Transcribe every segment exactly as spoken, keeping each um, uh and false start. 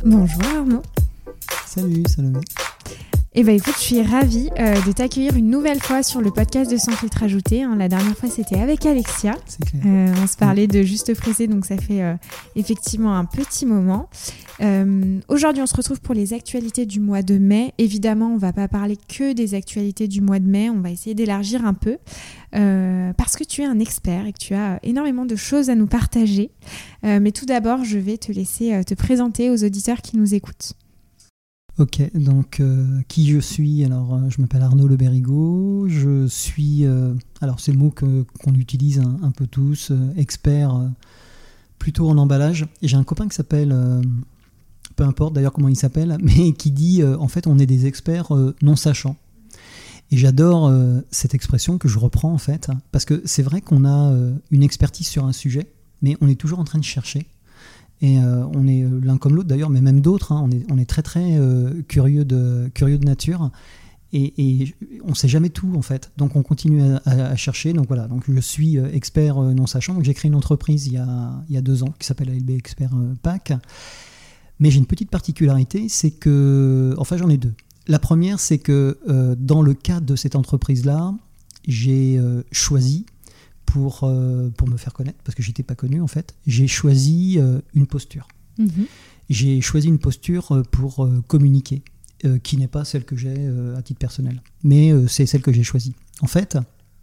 Bonjour Arnaud. Salut Salomé. Eh bien écoute, je suis ravie euh, de t'accueillir une nouvelle fois sur le podcast de Sans Filtre Ajouté. Hein. La dernière fois, c'était avec Alexia. C'est clair. Euh, on se parlait de Juste Pressé, donc ça fait euh, effectivement un petit moment. Euh, aujourd'hui, on se retrouve pour les actualités du mois de mai. Évidemment, on ne va pas parler que des actualités du mois de mai. On va essayer d'élargir un peu euh, parce que tu es un expert et que tu as énormément de choses à nous partager. Euh, mais tout d'abord, je vais te laisser euh, te présenter aux auditeurs qui nous écoutent. Ok, donc euh, qui je suis? Alors, euh, je m'appelle Arnaud Le Bérigot. Je suis, euh, alors c'est le mot que, qu'on utilise un, un peu tous, euh, expert euh, plutôt en emballage. Et j'ai un copain qui s'appelle, euh, peu importe d'ailleurs comment il s'appelle, mais qui dit euh, en fait on est des experts euh, non sachants. Et j'adore euh, cette expression que je reprends en fait, parce que c'est vrai qu'on a euh, une expertise sur un sujet, mais on est toujours en train de chercher. Et euh, on est l'un comme l'autre d'ailleurs, mais même d'autres, hein, on, est, on est très très euh, curieux, de, curieux de nature et, et on ne sait jamais tout en fait, donc on continue à, à, à chercher. Donc voilà, donc je suis expert euh, non sachant, donc j'ai créé une entreprise il y a, il y a deux ans qui s'appelle A L B Expert euh, P A C, mais j'ai une petite particularité, c'est que, enfin j'en ai deux. La première, c'est que euh, dans le cadre de cette entreprise-là, j'ai euh, choisi Pour, euh, pour me faire connaître, parce que je n'étais pas connu en fait, j'ai choisi euh, une posture. Mmh. J'ai choisi une posture pour euh, communiquer, euh, qui n'est pas celle que j'ai euh, à titre personnel, mais euh, c'est celle que j'ai choisie. En fait,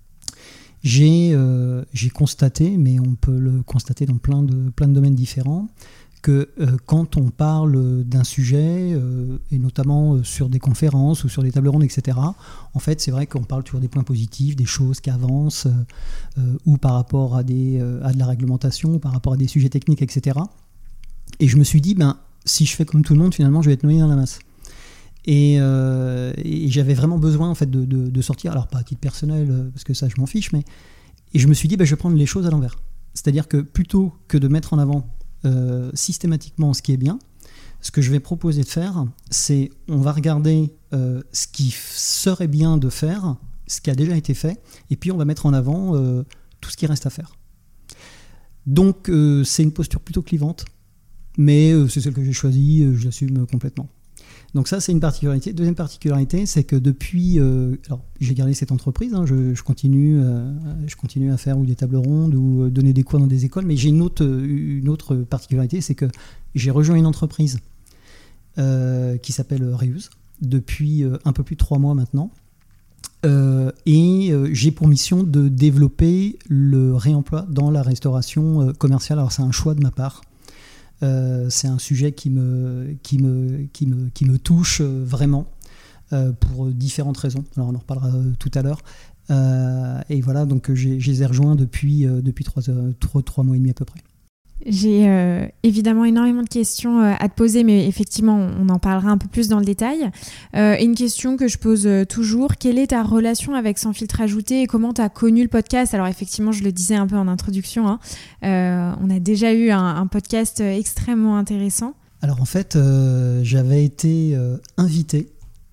j'ai, euh, j'ai constaté, mais on peut le constater dans plein de, plein de domaines différents, que euh, quand on parle d'un sujet, euh, et notamment euh, sur des conférences ou sur des tables rondes, et cetera, en fait, c'est vrai qu'on parle toujours des points positifs, des choses qui avancent, euh, ou par rapport à, des, euh, à de la réglementation, ou par rapport à des sujets techniques, et cetera. Et je me suis dit, ben, si je fais comme tout le monde, finalement, je vais être noyé dans la masse. Et, euh, et j'avais vraiment besoin en fait, de, de, de sortir, alors pas à titre personnel, parce que ça, je m'en fiche, mais et je me suis dit, ben, je vais prendre les choses à l'envers. C'est-à-dire que plutôt que de mettre en avant Euh, systématiquement ce qui est bien, ce que je vais proposer de faire, c'est on va regarder euh, ce qui f- serait bien de faire, ce qui a déjà été fait, et puis on va mettre en avant euh, tout ce qui reste à faire. Donc euh, c'est une posture plutôt clivante, mais euh, c'est celle que j'ai choisie, euh, je l'assume complètement. Donc ça, c'est une particularité. Deuxième particularité, c'est que depuis... Euh, alors, j'ai gardé cette entreprise, hein, je, je, continue, euh, je continue à faire ou des tables rondes ou donner des cours dans des écoles, mais j'ai une autre, une autre particularité, c'est que j'ai rejoint une entreprise euh, qui s'appelle Reuse depuis euh, un peu plus de trois mois maintenant. Euh, et euh, j'ai pour mission de développer le réemploi dans la restauration euh, commerciale. Alors, c'est un choix de ma part. Euh, c'est un sujet qui me, qui me, qui me, qui me touche euh, vraiment euh, pour différentes raisons. Alors on en reparlera euh, tout à l'heure. Euh, et voilà, donc j'ai, je les ai rejoints depuis, euh, depuis trois, euh, trois, trois mois et demi à peu près. J'ai euh, évidemment énormément de questions euh, à te poser, mais effectivement, on en parlera un peu plus dans le détail. Euh, une question que je pose euh, toujours, quelle est ta relation avec Sans Filtre Ajouté et comment tu as connu le podcast? Alors effectivement, je le disais un peu en introduction, hein, euh, on a déjà eu un, un podcast extrêmement intéressant. Alors en fait, euh, j'avais été euh, invité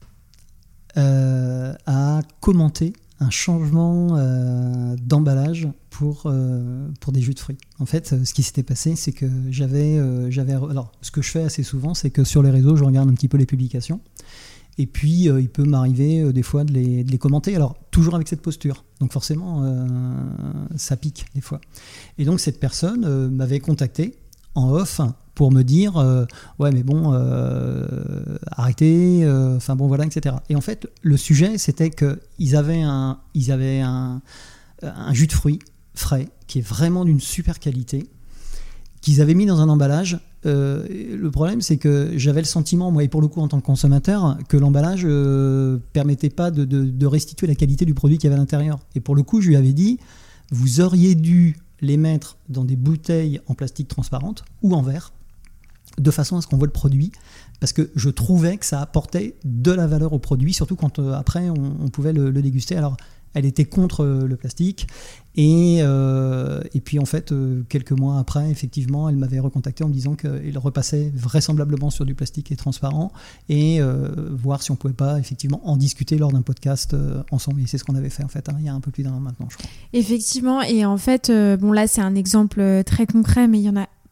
euh, à commenter un changement euh, d'emballage pour, euh, pour des jus de fruits. En fait, ce qui s'était passé, c'est que j'avais, euh, j'avais... Alors, ce que je fais assez souvent, c'est que sur les réseaux, je regarde un petit peu les publications. Et puis, euh, il peut m'arriver euh, des fois de les, de les commenter. Alors, toujours avec cette posture. Donc, forcément, euh, ça pique des fois. Et donc, cette personne euh, m'avait contacté en off pour me dire euh, ouais mais bon euh, arrêtez enfin euh, bon voilà, etc. Et en fait le sujet c'était qu'ils avaient un ils avaient un, un jus de fruits frais qui est vraiment d'une super qualité qu'ils avaient mis dans un emballage. Euh, le problème c'est que j'avais le sentiment, moi et pour le coup en tant que consommateur, que l'emballage euh, permettait pas de, de, de restituer la qualité du produit qu'il y avait à l'intérieur. Et pour le coup je lui avais dit, vous auriez dû les mettre dans des bouteilles en plastique transparente ou en verre, de façon à ce qu'on voit le produit, parce que je trouvais que ça apportait de la valeur au produit, surtout quand euh, après on, on pouvait le, le déguster. Alors elle était contre euh, le plastique et, euh, et puis en fait euh, quelques mois après effectivement elle m'avait recontacté en me disant qu'il repassait vraisemblablement sur du plastique et transparent et euh, voir si on pouvait pas effectivement en discuter lors d'un podcast euh, ensemble. Et c'est ce qu'on avait fait en fait hein, il y a un peu plus d'un an maintenant, je crois. Effectivement, et en fait euh, bon là c'est un exemple très concret, mais il y en a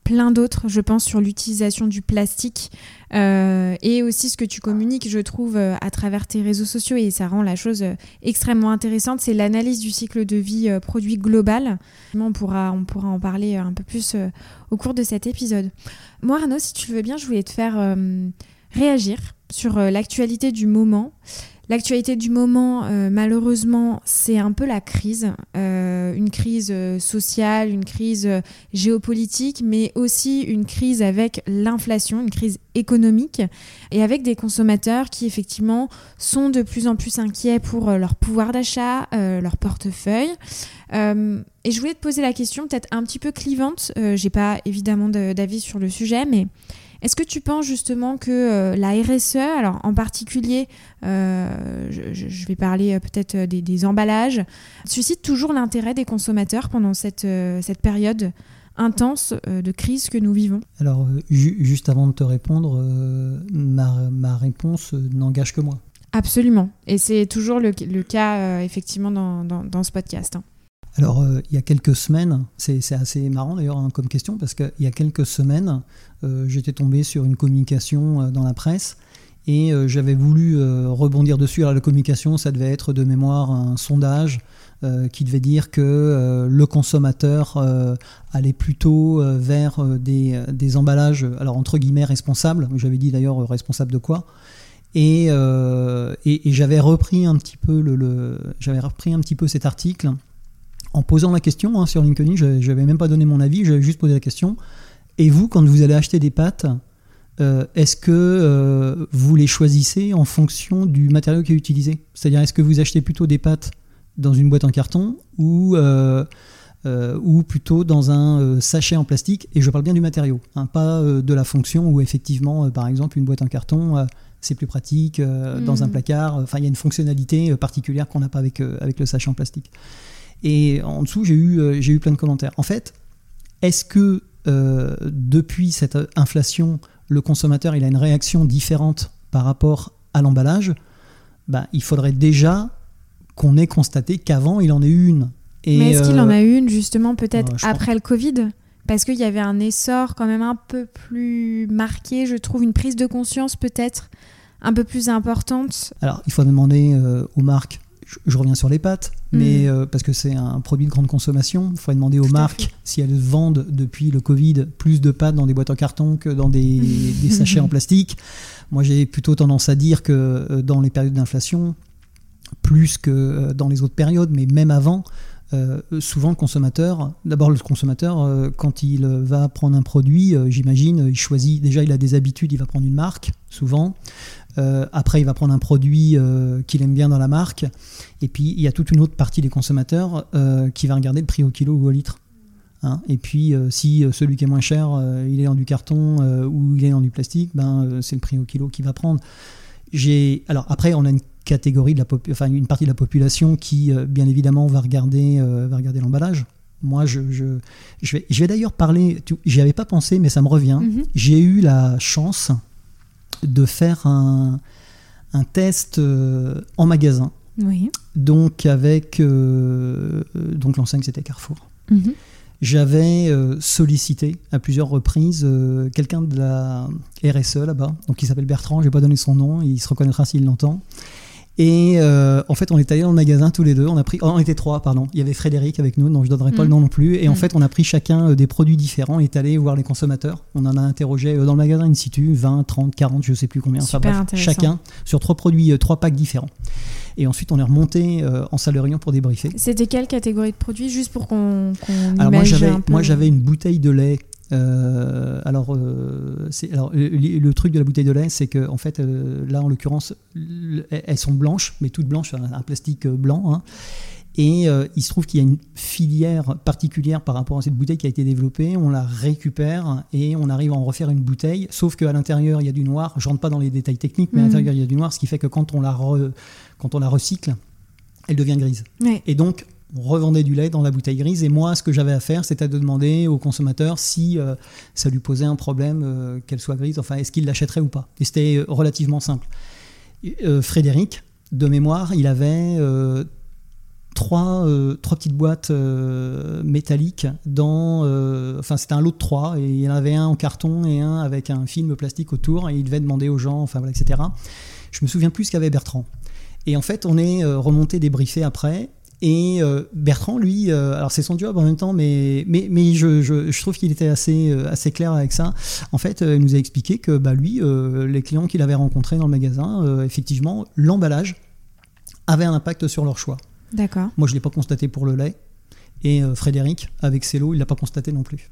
plein d'autres, je pense, sur l'utilisation du plastique euh, et aussi ce que tu communiques, je trouve, euh, à travers tes réseaux sociaux, et ça rend la chose euh, extrêmement intéressante. C'est l'analyse du cycle de vie euh, produit global. On pourra, on pourra en parler un peu plus euh, au cours de cet épisode. Moi, Arnaud, si tu le veux bien, je voulais te faire euh, réagir sur euh, l'actualité du moment. L'actualité du moment, euh, malheureusement, c'est un peu la crise. Euh, une crise euh, sociale, une crise euh, géopolitique, mais aussi une crise avec l'inflation, une crise économique, et avec des consommateurs qui, effectivement, sont de plus en plus inquiets pour euh, leur pouvoir d'achat, euh, leur portefeuille. Euh, et je voulais te poser la question, peut-être un petit peu clivante. Euh, j'ai pas évidemment de, d'avis sur le sujet, mais est-ce que tu penses justement que euh, la R S E, alors en particulier, euh, je, je vais parler euh, peut-être des, des emballages, suscite toujours l'intérêt des consommateurs pendant cette, euh, cette période intense euh, de crise que nous vivons? Alors, euh, ju- juste avant de te répondre, euh, ma, ma réponse euh, n'engage que moi. Absolument. Et c'est toujours le, le cas, euh, effectivement, dans, dans, dans ce podcast. Hein. Alors, euh, il y a quelques semaines, c'est, c'est assez marrant d'ailleurs hein, comme question, parce qu'il y a quelques semaines, euh, j'étais tombé sur une communication euh, dans la presse, et euh, j'avais voulu euh, rebondir dessus. Alors, la communication, ça devait être de mémoire un sondage euh, qui devait dire que euh, le consommateur euh, allait plutôt euh, vers euh, des, des emballages, alors entre guillemets responsables. J'avais dit d'ailleurs euh, responsable de quoi. Et, euh, et, et j'avais repris un petit peu le, le, j'avais repris un petit peu cet article en posant la question hein, sur LinkedIn. Je n'avais même pas donné mon avis, j'avais juste posé la question. Et vous, quand vous allez acheter des pâtes, euh, est-ce que euh, vous les choisissez en fonction du matériau qui est utilisé ? C'est-à-dire, est-ce que vous achetez plutôt des pâtes dans une boîte en carton ou, euh, euh, ou plutôt dans un euh, sachet en plastique ? Et je parle bien du matériau, hein, pas euh, de la fonction où effectivement, euh, par exemple, une boîte en carton, euh, c'est plus pratique, euh, mmh. dans un placard. Enfin, il y a une fonctionnalité euh, particulière qu'on n'a pas avec, euh, avec le sachet en plastique. Et en dessous, j'ai eu, euh, j'ai eu plein de commentaires. En fait, est-ce que euh, depuis cette inflation, le consommateur il a une réaction différente par rapport à l'emballage ? Bah, il faudrait déjà qu'on ait constaté qu'avant, il en ait eu une. Et Mais est-ce euh, qu'il en a eu une, justement, peut-être euh, après pense... le Covid ? Parce qu'il y avait un essor quand même un peu plus marqué, je trouve, une prise de conscience peut-être un peu plus importante. Alors, il faut demander euh, aux marques. Je reviens sur les pâtes, mmh. mais euh, parce que c'est un produit de grande consommation, il faudrait demander aux Tout marques si elles vendent depuis le Covid plus de pâtes dans des boîtes en carton que dans des, des sachets en plastique. Moi, j'ai plutôt tendance à dire que euh, dans les périodes d'inflation, plus que euh, dans les autres périodes, mais même avant, euh, souvent le consommateur, d'abord le consommateur, euh, quand il va prendre un produit, euh, j'imagine, il choisit, déjà il a des habitudes, il va prendre une marque, souvent. Euh, après, il va prendre un produit euh, qu'il aime bien dans la marque. Et puis, il y a toute une autre partie des consommateurs euh, qui va regarder le prix au kilo ou au litre. Hein, et puis, euh, si euh, celui qui est moins cher, euh, il est dans du carton euh, ou il est dans du plastique, ben, euh, c'est le prix au kilo qu'il va prendre. J'ai... Alors, après, on a une catégorie, de la pop... enfin, une partie de la population qui, euh, bien évidemment, va regarder, euh, va regarder l'emballage. Moi, je, je, je, vais, je vais d'ailleurs parler... Tu... J'y avais pas pensé, mais ça me revient. Mm-hmm. J'ai eu la chance de faire un, un test euh, en magasin. Oui. Donc avec euh, donc l'enseigne c'était Carrefour. Mm-hmm. J'avais euh, sollicité à plusieurs reprises euh, quelqu'un de la R S E là-bas, donc il s'appelle Bertrand, je vais pas donner son nom, il se reconnaîtra s'il l'entend. Et euh, en fait, on est allé dans le magasin tous les deux. On a pris, oh, on était trois, pardon. Il y avait Frédéric avec nous, donc je donnerai pas mmh. le nom non plus. Et mmh. en fait, on a pris chacun euh, des produits différents. On est allé voir les consommateurs. On en a interrogé euh, dans le magasin in situ, vingt, trente, quarante, je sais plus combien. Super enfin, bref, chacun sur trois produits, euh, trois packs différents. Et ensuite, on est remonté euh, en salle de réunion pour débriefer. C'était quelle catégorie de produits, juste pour qu'on, qu'on Alors moi, j'avais, un peu... moi, j'avais une bouteille de lait. Euh, alors, euh, c'est, alors le, le truc de la bouteille de lait, c'est que en fait, euh, là en l'occurrence, elles sont blanches, mais toutes blanches, un, un plastique blanc. Hein, et euh, il se trouve qu'il y a une filière particulière par rapport à cette bouteille qui a été développée. On la récupère et on arrive à en refaire une bouteille. Sauf qu'à l'intérieur, il y a du noir. Je rentre pas dans les détails techniques, mais mmh. à l'intérieur, il y a du noir, ce qui fait que quand on la, re, quand on la recycle, elle devient grise. Ouais. Et donc on revendait du lait dans la bouteille grise, et moi ce que j'avais à faire c'était de demander au consommateur si euh, ça lui posait un problème euh, qu'elle soit grise, enfin est-ce qu'il l'achèterait ou pas, et c'était relativement simple. Euh, Frédéric, de mémoire, il avait euh, trois, euh, trois petites boîtes euh, métalliques dans... Euh, enfin, c'était un lot de trois, et il y en avait un en carton et un avec un film plastique autour, et il devait demander aux gens, enfin voilà, et cetera. Je me souviens plus ce qu'avait Bertrand. Et en fait, on est euh, remonté débriefé après, et euh, Bertrand, lui, euh, alors c'est son job en même temps, mais, mais, mais je, je, je trouve qu'il était assez, euh, assez clair avec ça. En fait, euh, il nous a expliqué que bah, lui, euh, les clients qu'il avait rencontrés dans le magasin, euh, effectivement, l'emballage avait un impact sur leur choix. D'accord. Moi, je ne l'ai pas constaté pour le lait, et euh, Frédéric, avec Cello, il ne l'a pas constaté non plus.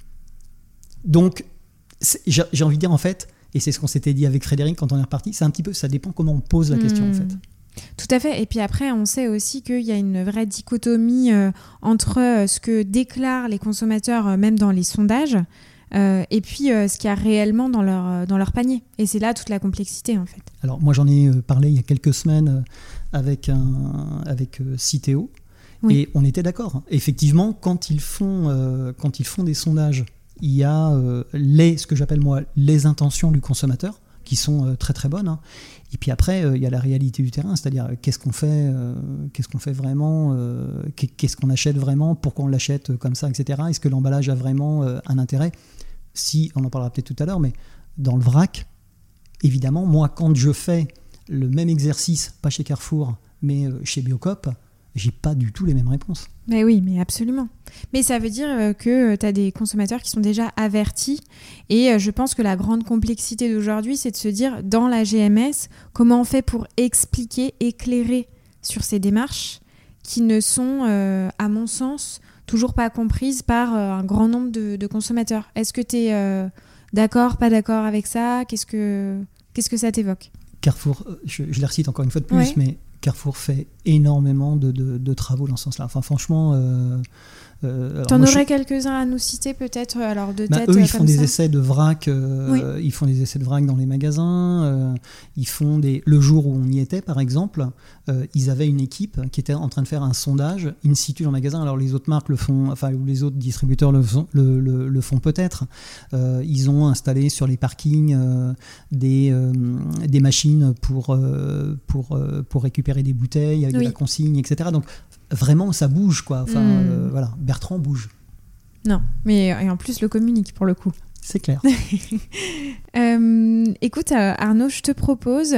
Donc, j'ai, j'ai envie de dire, en fait, et c'est ce qu'on s'était dit avec Frédéric quand on est reparti, c'est un petit peu, ça dépend comment on pose la mmh. question, en fait. Tout à fait. Et puis après, on sait aussi qu'il y a une vraie dichotomie euh, entre euh, ce que déclarent les consommateurs, euh, même dans les sondages, euh, et puis euh, ce qu'il y a réellement dans leur, euh, dans leur panier. Et c'est là toute la complexité, en fait. Alors, moi, j'en ai euh, parlé il y a quelques semaines euh, avec, un, avec euh, Citeo, oui. Et on était d'accord. Effectivement, quand ils font, euh, quand ils font des sondages, il y a euh, les, ce que j'appelle moi les intentions du consommateur, qui sont euh, très très bonnes. Hein. Et puis après, il euh, y a la réalité du terrain, c'est-à-dire euh, qu'est-ce qu'on fait, euh, qu'est-ce qu'on fait vraiment, euh, qu'est-ce qu'on achète vraiment, pourquoi on l'achète comme ça, et cetera. Est-ce que l'emballage a vraiment euh, un intérêt ? Si, on en parlera peut-être tout à l'heure, mais dans le vrac, évidemment, moi, quand je fais le même exercice, pas chez Carrefour, mais euh, chez Biocoop, j'ai pas du tout les mêmes réponses. Mais oui, mais absolument. Mais ça veut dire que tu as des consommateurs qui sont déjà avertis, et je pense que la grande complexité d'aujourd'hui, c'est de se dire, dans la G M S, comment on fait pour expliquer, éclairer sur ces démarches qui ne sont, euh, à mon sens, toujours pas comprises par euh, un grand nombre de, de consommateurs. Est-ce que tu es euh, d'accord, pas d'accord avec ça ? Qu'est-ce que, qu'est-ce que ça t'évoque ? Carrefour, je, je les recite encore une fois de plus, ouais. mais Carrefour fait énormément de, de, de travaux dans ce sens-là. Enfin, franchement... Euh, euh, T'en aurais je... quelques-uns à nous citer peut-être, alors de bah, tête eux, ils comme font des ça. essais de vrac, euh, oui. ils font des essais de vrac dans les magasins. Euh, ils font des... Le jour où on y était, par exemple, euh, ils avaient une équipe qui était en train de faire un sondage in situ dans le magasin. Alors les autres marques le font, enfin ou les autres distributeurs le font, le, le, le font peut-être. Euh, ils ont installé sur les parkings euh, des, euh, des machines pour euh, pour euh, pour récupérer des bouteilles avec oui. de la consigne, et cetera. Donc vraiment, ça bouge, quoi. Enfin, mmh. euh, voilà, Bertrand bouge. Non, mais et en plus le communique pour le coup. C'est clair. euh, écoute, Arnaud, je te propose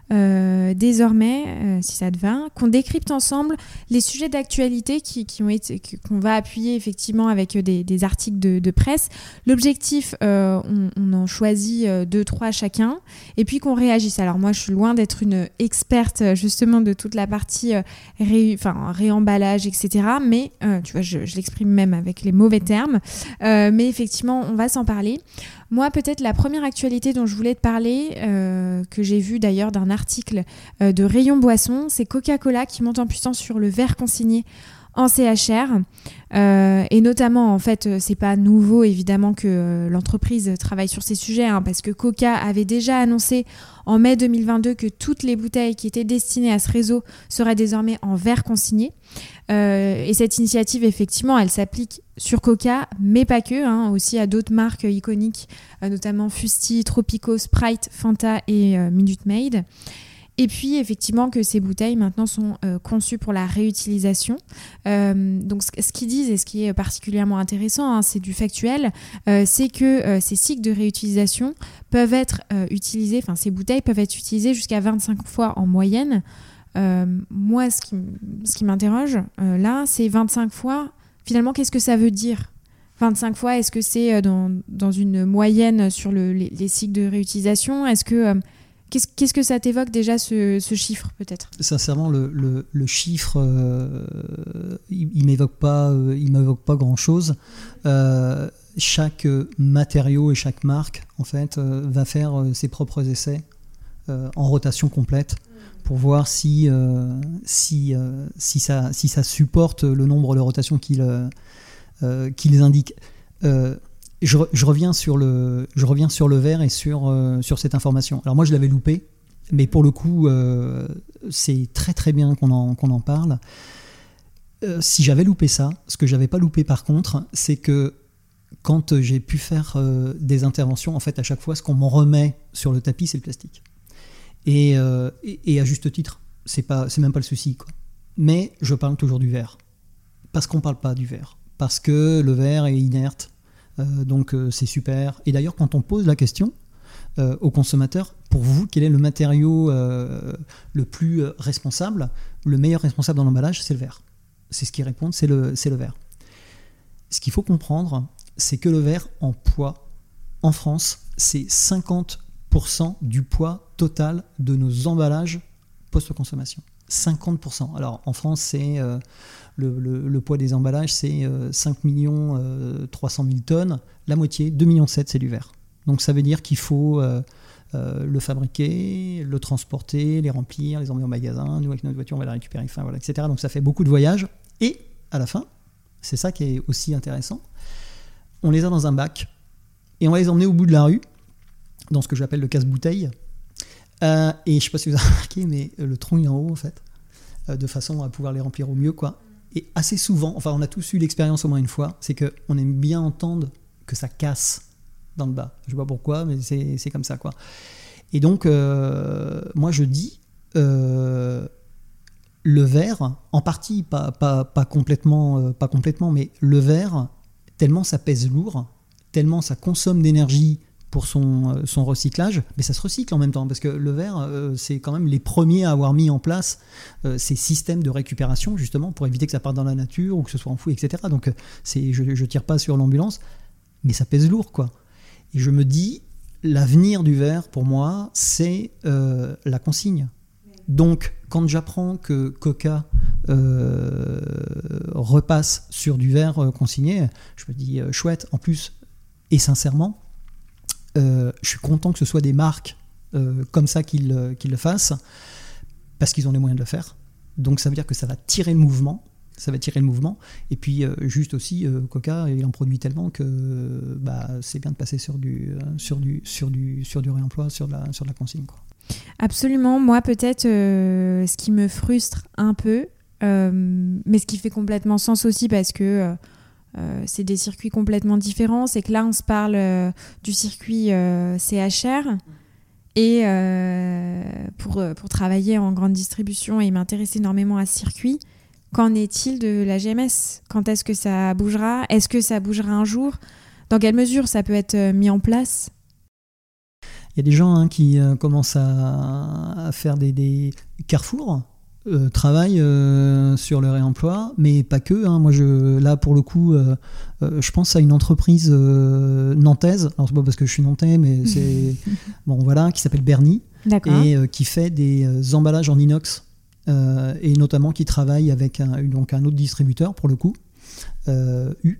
euh, désormais, euh, si ça te va, qu'on décrypte ensemble les sujets d'actualité qui, qui ont été, qu'on va appuyer effectivement avec des, des articles de, de presse. L'objectif, euh, on, on en choisit deux, trois chacun, et puis qu'on réagisse. Alors moi, je suis loin d'être une experte justement de toute la partie euh, ré, enfin, réemballage, et cetera. Mais euh, tu vois, je, je l'exprime même avec les mauvais termes. Euh, mais effectivement, on va s'en parler. Moi, peut-être la première actualité dont je voulais te parler, euh, que j'ai vue d'ailleurs d'un article euh, de Rayon Boisson, c'est Coca-Cola qui monte en puissance sur le verre consigné en C H R. Euh, et notamment, en fait, c'est pas nouveau évidemment que euh, l'entreprise travaille sur ces sujets, hein, parce que Coca avait déjà annoncé en mai deux mille vingt-deux que toutes les bouteilles qui étaient destinées à ce réseau seraient désormais en verre consigné. Euh, et cette initiative, effectivement, elle s'applique sur Coca, mais pas que, hein, aussi à d'autres marques iconiques, euh, notamment Fusti, Tropico, Sprite, Fanta et euh, Minute Maid. Et puis, effectivement, que ces bouteilles, maintenant, sont euh, conçues pour la réutilisation. Euh, donc, ce, ce qu'ils disent, et ce qui est particulièrement intéressant, hein, c'est du factuel, euh, c'est que euh, ces cycles de réutilisation peuvent être euh, utilisés, enfin, ces bouteilles peuvent être utilisées jusqu'à vingt-cinq fois en moyenne. Euh, moi, ce qui, ce qui m'interroge, euh, là, c'est vingt-cinq fois. Finalement, qu'est-ce que ça veut dire ? vingt-cinq fois, est-ce que c'est dans, dans une moyenne sur le, les, les cycles de réutilisation ? Est-ce que... Euh, Qu'est-ce, qu'est-ce que ça t'évoque déjà, ce, ce chiffre, peut-être ? Sincèrement, le, le, le chiffre, euh, il ne m'évoque pas, euh, il m'évoque pas grand-chose. Euh, chaque matériau et chaque marque, en fait, euh, va faire euh, ses propres essais euh, en rotation complète pour voir si, euh, si, euh, si, ça, si ça supporte le nombre de rotations qu'ils, euh, qu'ils indiquent. Euh, Je, je, reviens sur le, je reviens sur le verre et sur, euh, sur cette information. Alors moi, je l'avais loupé, mais pour le coup, euh, c'est très très bien qu'on en, qu'on en parle. Euh, si j'avais loupé ça, ce que je n'avais pas loupé par contre, c'est que quand j'ai pu faire euh, des interventions, en fait, à chaque fois, ce qu'on m'en remet sur le tapis, c'est le plastique. Et, euh, et, et à juste titre, c'est pas, c'est même pas le souci, quoi. mais je parle toujours du verre. Parce qu'on ne parle pas du verre. Parce que le verre est inerte, euh, donc euh, c'est super. Et d'ailleurs, quand on pose la question euh, aux consommateurs, pour vous, quel est le matériau euh, le plus responsable, le meilleur responsable dans l'emballage, c'est le verre. C'est ce qu'ils répondent, c'est le, c'est le verre. Ce qu'il faut comprendre, c'est que le verre en poids, en France, c'est cinquante pour cent du poids total de nos emballages post-consommation. cinquante pour cent. Alors en France, c'est euh, le, le, le poids des emballages, c'est euh, cinq millions trois cent mille tonnes. La moitié, deux virgule sept millions, c'est du verre. Donc ça veut dire qu'il faut euh, euh, le fabriquer, le transporter, les remplir, les emmener au magasin. Nous, avec notre voiture, on va la récupérer, enfin, voilà, et cetera. Donc ça fait beaucoup de voyages. Et à la fin, c'est ça qui est aussi intéressant, on les a dans un bac et on va les emmener au bout de la rue, dans ce que j'appelle le casse-bouteille. Euh, et je ne sais pas si vous avez remarqué, mais le tronc est en haut, en fait, euh, de façon à pouvoir les remplir au mieux, quoi. Et assez souvent, enfin, on a tous eu l'expérience au moins une fois, c'est qu'on aime bien entendre que ça casse dans le bas. Je ne sais pas pourquoi, mais c'est, c'est comme ça, quoi. Et donc, euh, moi, je dis, euh, le verre, en partie, pas, pas, pas, complètement, euh, pas complètement, mais le verre, tellement ça pèse lourd, tellement ça consomme d'énergie pour son, son recyclage, mais ça se recycle en même temps, parce que le verre, euh, c'est quand même les premiers à avoir mis en place euh, ces systèmes de récupération, justement, pour éviter que ça parte dans la nature ou que ce soit enfoui, et cetera. Donc, c'est, je ne tire pas sur l'ambulance, mais ça pèse lourd, quoi. Et je me dis, l'avenir du verre, pour moi, c'est euh, la consigne. Donc, quand j'apprends que Coca euh, repasse sur du verre euh, consigné, je me dis, euh, chouette, en plus, et sincèrement, Euh, je suis content que ce soit des marques euh, comme ça qu'ils, euh, qu'ils le fassent, parce qu'ils ont les moyens de le faire. Donc ça veut dire que ça va tirer le mouvement, ça va tirer le mouvement. Et puis euh, juste aussi, euh, Coca, il en produit tellement que euh, bah, c'est bien de passer sur du, euh, sur du, sur du, sur du réemploi, sur de la, sur de la consigne, quoi. Absolument. Moi, peut-être, euh, ce qui me frustre un peu, euh, mais ce qui fait complètement sens aussi, parce que euh, Euh, c'est des circuits complètement différents. C'est que là, on se parle euh, du circuit euh, C H R. Et euh, pour, pour travailler en grande distribution et m'intéresser énormément à ce circuit, qu'en est-il de la G M S ? Quand est-ce que ça bougera ? Est-ce que ça bougera un jour ? Dans quelle mesure ça peut être mis en place ? Il y a des gens hein, qui euh, commencent à, à faire des, des carrefours. Euh, travaille euh, sur le réemploi, mais pas que. Hein. Moi, je, là, pour le coup, euh, euh, je pense à une entreprise euh, nantaise. Alors, c'est pas parce que je suis nantais, mais c'est bon, voilà, qui s'appelle Bernie. D'accord. Et euh, qui fait des euh, emballages en inox euh, et notamment qui travaille avec un, donc un autre distributeur pour le coup, euh, U.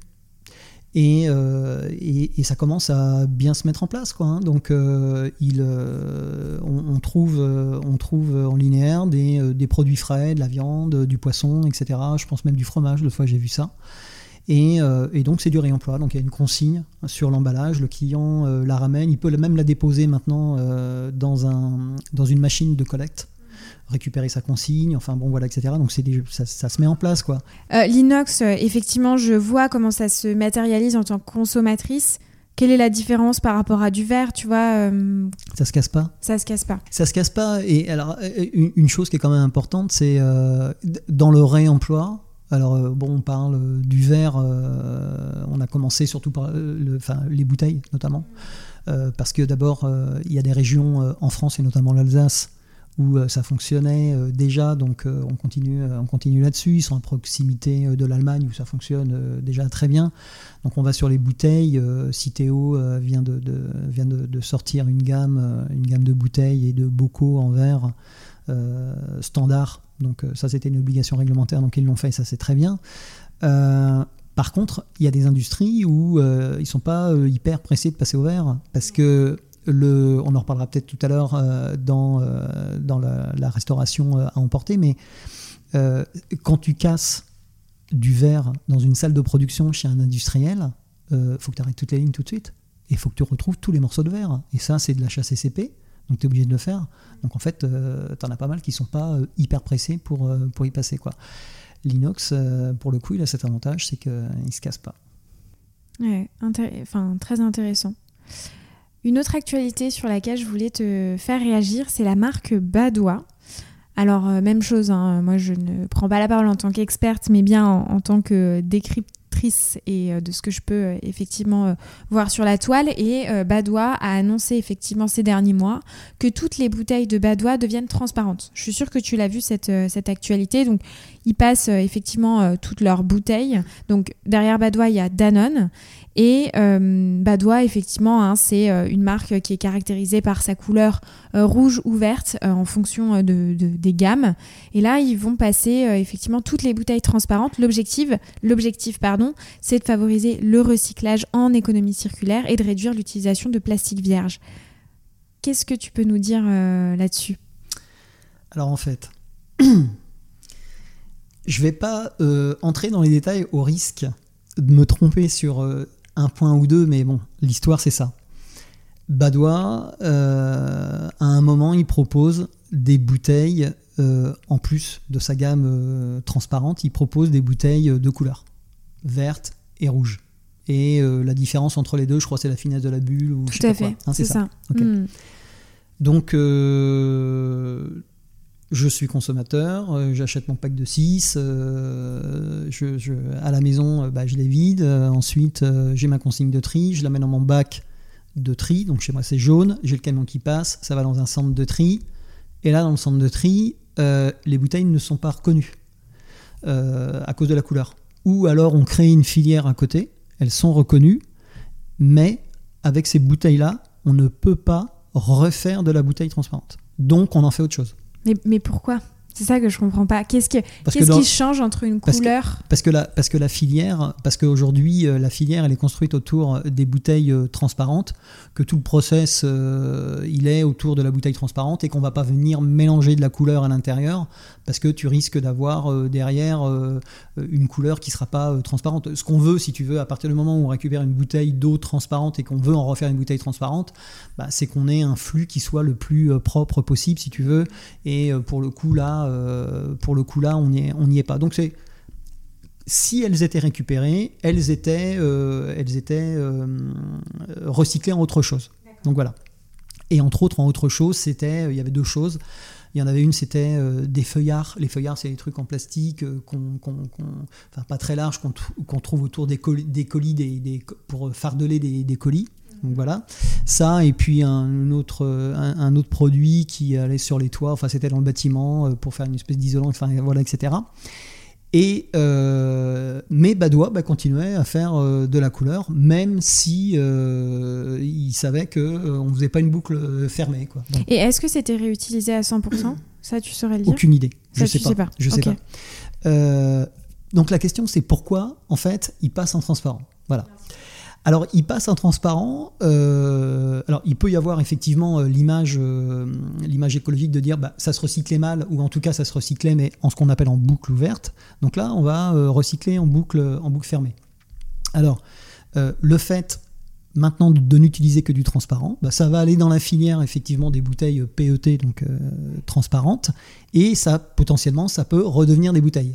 Et, euh, et, et ça commence à bien se mettre en place, quoi, hein. Donc, euh, il, euh, on, on, trouve, euh, on trouve en linéaire des, euh, des produits frais, de la viande, du poisson, et cetera. Je pense même du fromage, deux fois j'ai vu ça. Et, euh, et donc, c'est du réemploi. Donc, il y a une consigne sur l'emballage. Le client euh, la ramène. Il peut même la déposer maintenant euh, dans, un, dans une machine de collecte, récupérer sa consigne, enfin bon voilà, et cetera. Donc c'est des, ça, ça se met en place, quoi. Euh, l'inox, euh, effectivement, je vois comment ça se matérialise en tant que consommatrice. Quelle est la différence par rapport à du verre, tu vois euh... Ça se casse pas. Ça se casse pas. Ça se casse pas. Et alors une, une chose qui est quand même importante, c'est euh, dans le réemploi. Alors euh, bon, on parle euh, du verre. Euh, on a commencé surtout par euh, le, enfin, les bouteilles notamment, euh, parce que d'abord euh, il y a des régions euh, en France et notamment l'Alsace où euh, ça fonctionnait euh, déjà, donc euh, on continue, euh, on continue là-dessus. Ils sont à proximité euh, de l'Allemagne où ça fonctionne euh, déjà très bien. Donc on va sur les bouteilles. Euh, Citeo euh, vient, de, de, vient de, de sortir une gamme, euh, une gamme de bouteilles et de bocaux en verre euh, standard. Donc euh, ça, c'était une obligation réglementaire, donc ils l'ont fait, ça c'est très bien. Euh, par contre, il y a des industries où euh, ils ne sont pas euh, hyper pressés de passer au verre, parce que Le, on en reparlera peut-être tout à l'heure euh, dans, euh, dans la, la restauration euh, à emporter, mais euh, quand tu casses du verre dans une salle de production chez un industriel, il euh, faut que tu arrêtes toutes les lignes tout de suite, et il faut que tu retrouves tous les morceaux de verre. Et ça, c'est de l'achat C C P, donc tu es obligé de le faire. Donc en fait, euh, tu en as pas mal qui ne sont pas euh, hyper pressés pour, euh, pour y passer, quoi. L'inox, euh, pour le coup, il a cet avantage, c'est qu'il ne se casse pas. Ouais, intér- enfin, très intéressant. Une autre actualité sur laquelle je voulais te faire réagir, c'est la marque Badoit. Alors, euh, même chose, hein. Moi je ne prends pas la parole en tant qu'experte, mais bien en, en tant que décryptrice et euh, de ce que je peux euh, effectivement euh, voir sur la toile. Et euh, Badoit a annoncé effectivement ces derniers mois que toutes les bouteilles de Badoit deviennent transparentes. Je suis sûre que tu l'as vu cette, euh, cette actualité. Donc, ils passent euh, effectivement euh, toutes leurs bouteilles. Donc, derrière Badoit, il y a Danone. Et euh, Badoit, effectivement, hein, c'est euh, une marque qui est caractérisée par sa couleur euh, rouge ou verte euh, en fonction de, de, des gammes. Et là, ils vont passer euh, effectivement toutes les bouteilles transparentes. L'objectif, l'objectif pardon, c'est de favoriser le recyclage en économie circulaire et de réduire l'utilisation de plastique vierge. Qu'est-ce que tu peux nous dire euh, là-dessus ? Alors en fait, je ne vais pas euh, entrer dans les détails au risque de me tromper sur... Euh, un point ou deux, mais bon, l'histoire c'est ça. Badoit, euh, à un moment, il propose des bouteilles, euh, en plus de sa gamme euh, transparente, il propose des bouteilles de couleur, verte et rouge. Et euh, la différence entre les deux, je crois, c'est la finesse de la bulle ou Tout je sais à pas fait, quoi. Hein, c'est, c'est ça. ça. Okay. Mm. Donc, euh, je suis consommateur, euh, j'achète mon pack de six, euh, je, je, à la maison, euh, bah, je les vide. Euh, ensuite, euh, j'ai ma consigne de tri, je la mets dans mon bac de tri. Donc chez moi, c'est jaune, j'ai le camion qui passe, ça va dans un centre de tri. Et là, dans le centre de tri, euh, les bouteilles ne sont pas reconnues euh, à cause de la couleur. Ou alors, on crée une filière à côté, elles sont reconnues, mais avec ces bouteilles-là, on ne peut pas refaire de la bouteille transparente. Donc, on en fait autre chose. Mais, mais pourquoi ? C'est ça que je comprends pas. Qu'est-ce, que, qu'est-ce que dans, qui change entre une parce couleur que, parce, que la, parce que la filière, parce qu'aujourd'hui, la filière, elle est construite autour des bouteilles euh, transparentes, que tout le process, euh, il est autour de la bouteille transparente et qu'on va pas venir mélanger de la couleur à l'intérieur parce que tu risques d'avoir euh, derrière euh, une couleur qui sera pas euh, transparente. Ce qu'on veut, si tu veux, à partir du moment où on récupère une bouteille d'eau transparente et qu'on veut en refaire une bouteille transparente, bah, c'est qu'on ait un flux qui soit le plus euh, propre possible, si tu veux. Et euh, pour le coup, là, Euh, pour le coup là on n'y est, on n'y est pas. Donc c'est, si elles étaient récupérées, elles étaient, euh, elles étaient euh, recyclées en autre chose. D'accord. Donc voilà. Et entre autres en autre chose, c'était, il y avait deux choses. Il y en avait une, c'était euh, des feuillards. Les feuillards, c'est des trucs en plastique, euh, qu'on, qu'on, qu'on, enfin pas très larges, qu'on, qu'on trouve autour des colis, des colis des, des, pour fardeler des, des colis. Donc voilà, ça et puis un autre, un, un autre produit qui allait sur les toits, enfin c'était dans le bâtiment pour faire une espèce d'isolant, enfin voilà, et cetera. Et euh, mais Badoit bah, continuait à faire euh, de la couleur, même si euh, il savait que euh, on faisait pas une boucle fermée, quoi. Donc, et est-ce que c'était réutilisé à cent pour cent ? Ça, tu saurais le dire ? Aucune idée. Ça, je sais tu pas. sais pas. Je sais okay. pas. Euh, donc la question c'est pourquoi en fait il passe en transparent. Voilà. Alors, il passe en transparent. Euh, alors, il peut y avoir effectivement euh, l'image, euh, l'image écologique de dire bah, ça se recyclait mal, ou en tout cas ça se recyclait, mais en ce qu'on appelle en boucle ouverte. Donc là, on va euh, recycler en boucle, en boucle fermée. Alors, euh, le fait maintenant de, de n'utiliser que du transparent, bah, ça va aller dans la filière effectivement des bouteilles P E T, donc euh, transparentes, et ça potentiellement ça peut redevenir des bouteilles.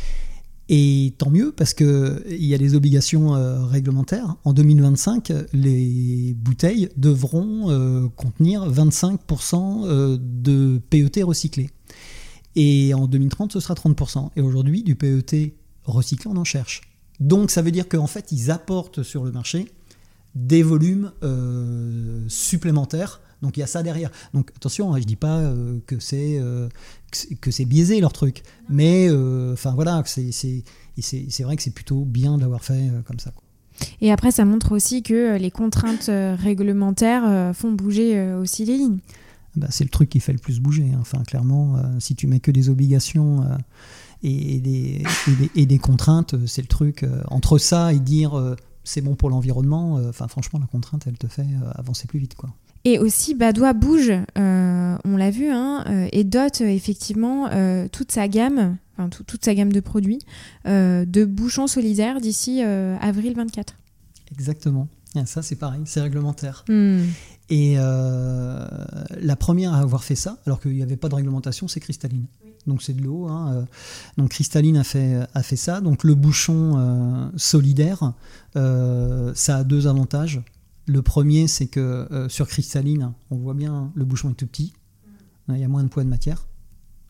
Et tant mieux, parce qu'il y a des obligations euh, réglementaires. En deux mille vingt-cinq, les bouteilles devront euh, contenir vingt-cinq pour cent euh, de P E T recyclé. Et en deux mille trente, ce sera trente pour cent. Et aujourd'hui, du P E T recyclé, on en cherche. Donc ça veut dire qu'en fait, ils apportent sur le marché des volumes euh, supplémentaires. Donc il y a ça derrière. Donc attention, hein, je dis pas euh, que c'est euh, que c'est biaisé leur truc, mais enfin euh, voilà, c'est c'est c'est c'est vrai que c'est plutôt bien d'avoir fait euh, comme ça, quoi. Et après, ça montre aussi que les contraintes euh, réglementaires euh, font bouger euh, aussi les lignes. Bah, c'est le truc qui fait le plus bouger. Hein. Enfin, clairement, euh, si tu mets que des obligations euh, et, et, des, et, des, et des contraintes, c'est le truc. Euh, entre ça et dire euh, c'est bon pour l'environnement, enfin euh, franchement, la contrainte, elle te fait euh, avancer plus vite, quoi. Et aussi, Badoit bouge, euh, on l'a vu, hein, euh, et dote euh, effectivement euh, toute sa gamme, enfin tout, toute sa gamme de produits, euh, de bouchons solidaires d'ici euh, avril vingt-quatre. Exactement. Et ça, c'est pareil, c'est réglementaire. Mm. Et euh, la première à avoir fait ça, alors qu'il n'y avait pas de réglementation, c'est Cristalline. Oui. Donc c'est de l'eau. Hein. Donc Cristalline a fait, a fait ça. Donc le bouchon euh, solidaire, euh, ça a deux avantages. Le premier, c'est que euh, sur Cristalline, on voit bien, le bouchon est tout petit, il y a moins de poids de matière,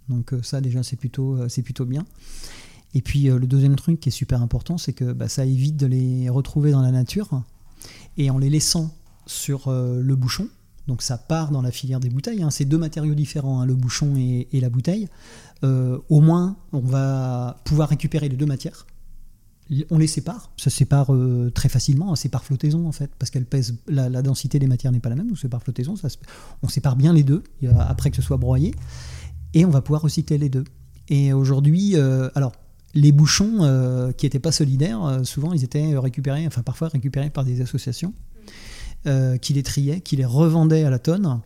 Donc euh, ça déjà c'est plutôt, euh, c'est plutôt bien. Et puis euh, le deuxième truc qui est super important, c'est que bah, ça évite de les retrouver dans la nature et en les laissant sur euh, le bouchon. Donc ça part dans la filière des bouteilles, hein. C'est deux matériaux différents, hein, le bouchon et, et la bouteille. Euh, au moins on va pouvoir récupérer les deux matières. On les sépare, ça se sépare euh, très facilement, hein, c'est par flottaison en fait, parce qu'elle pèse, la, la densité des matières n'est pas la même, donc c'est par flottaison, ça se, on sépare bien les deux, après que ce soit broyé, et on va pouvoir recycler les deux. Et aujourd'hui, euh, alors les bouchons euh, qui n'étaient pas solidaires, euh, souvent ils étaient récupérés, enfin parfois récupérés par des associations euh, qui les triaient, qui les revendaient à la tonne.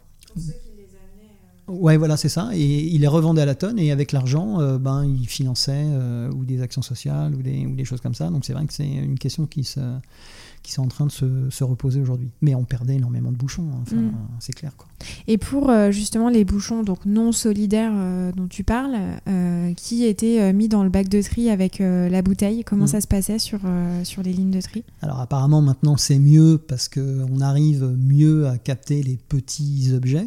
Ouais, voilà, c'est ça. Et il les revendait à la tonne et avec l'argent, euh, ben, il finançait euh, ou des actions sociales ou des, ou des choses comme ça. Donc c'est vrai que c'est une question qui, se, qui est en train de se, se reposer aujourd'hui. Mais on perdait énormément de bouchons, hein. Enfin, mmh. C'est clair, quoi. Et pour euh, justement les bouchons donc non solidaires euh, dont tu parles, euh, qui étaient euh, mis dans le bac de tri avec euh, la bouteille, comment mmh. ça se passait sur, euh, sur les lignes de tri ? Alors apparemment maintenant c'est mieux parce qu'on arrive mieux à capter les petits objets.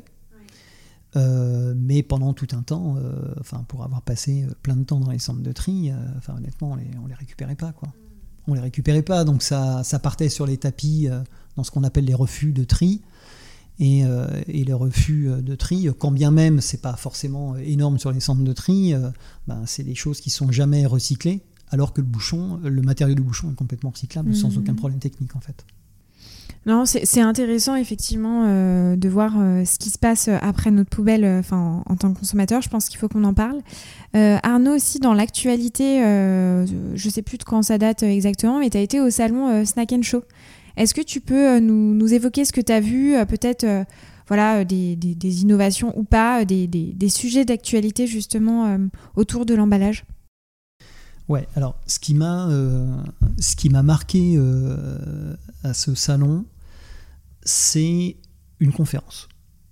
Euh, mais pendant tout un temps, euh, enfin, pour avoir passé plein de temps dans les centres de tri, euh, enfin, honnêtement, on les, on les récupérait pas, quoi. On les récupérait pas, donc ça, ça partait sur les tapis euh, dans ce qu'on appelle les refus de tri. Et, euh, et les refus de tri, quand bien même c'est pas forcément énorme sur les centres de tri, euh, ben, c'est des choses qui sont jamais recyclées, alors que le bouchon, le matériau du bouchon est complètement recyclable mmh. sans aucun problème technique en fait. Non, c'est, c'est intéressant effectivement euh, de voir euh, ce qui se passe après notre poubelle euh, en, en tant que consommateur. Je pense qu'il faut qu'on en parle. Euh, Arnaud, aussi dans l'actualité, euh, je ne sais plus de quand ça date exactement, mais tu as été au salon euh, Snack and Show. Est-ce que tu peux euh, nous, nous évoquer ce que tu as vu, euh, peut-être euh, voilà, des, des, des innovations ou pas, des, des, des sujets d'actualité justement euh, autour de l'emballage ? Ouais, alors ce qui m'a, euh, ce qui m'a marqué euh, à ce salon, c'est une conférence.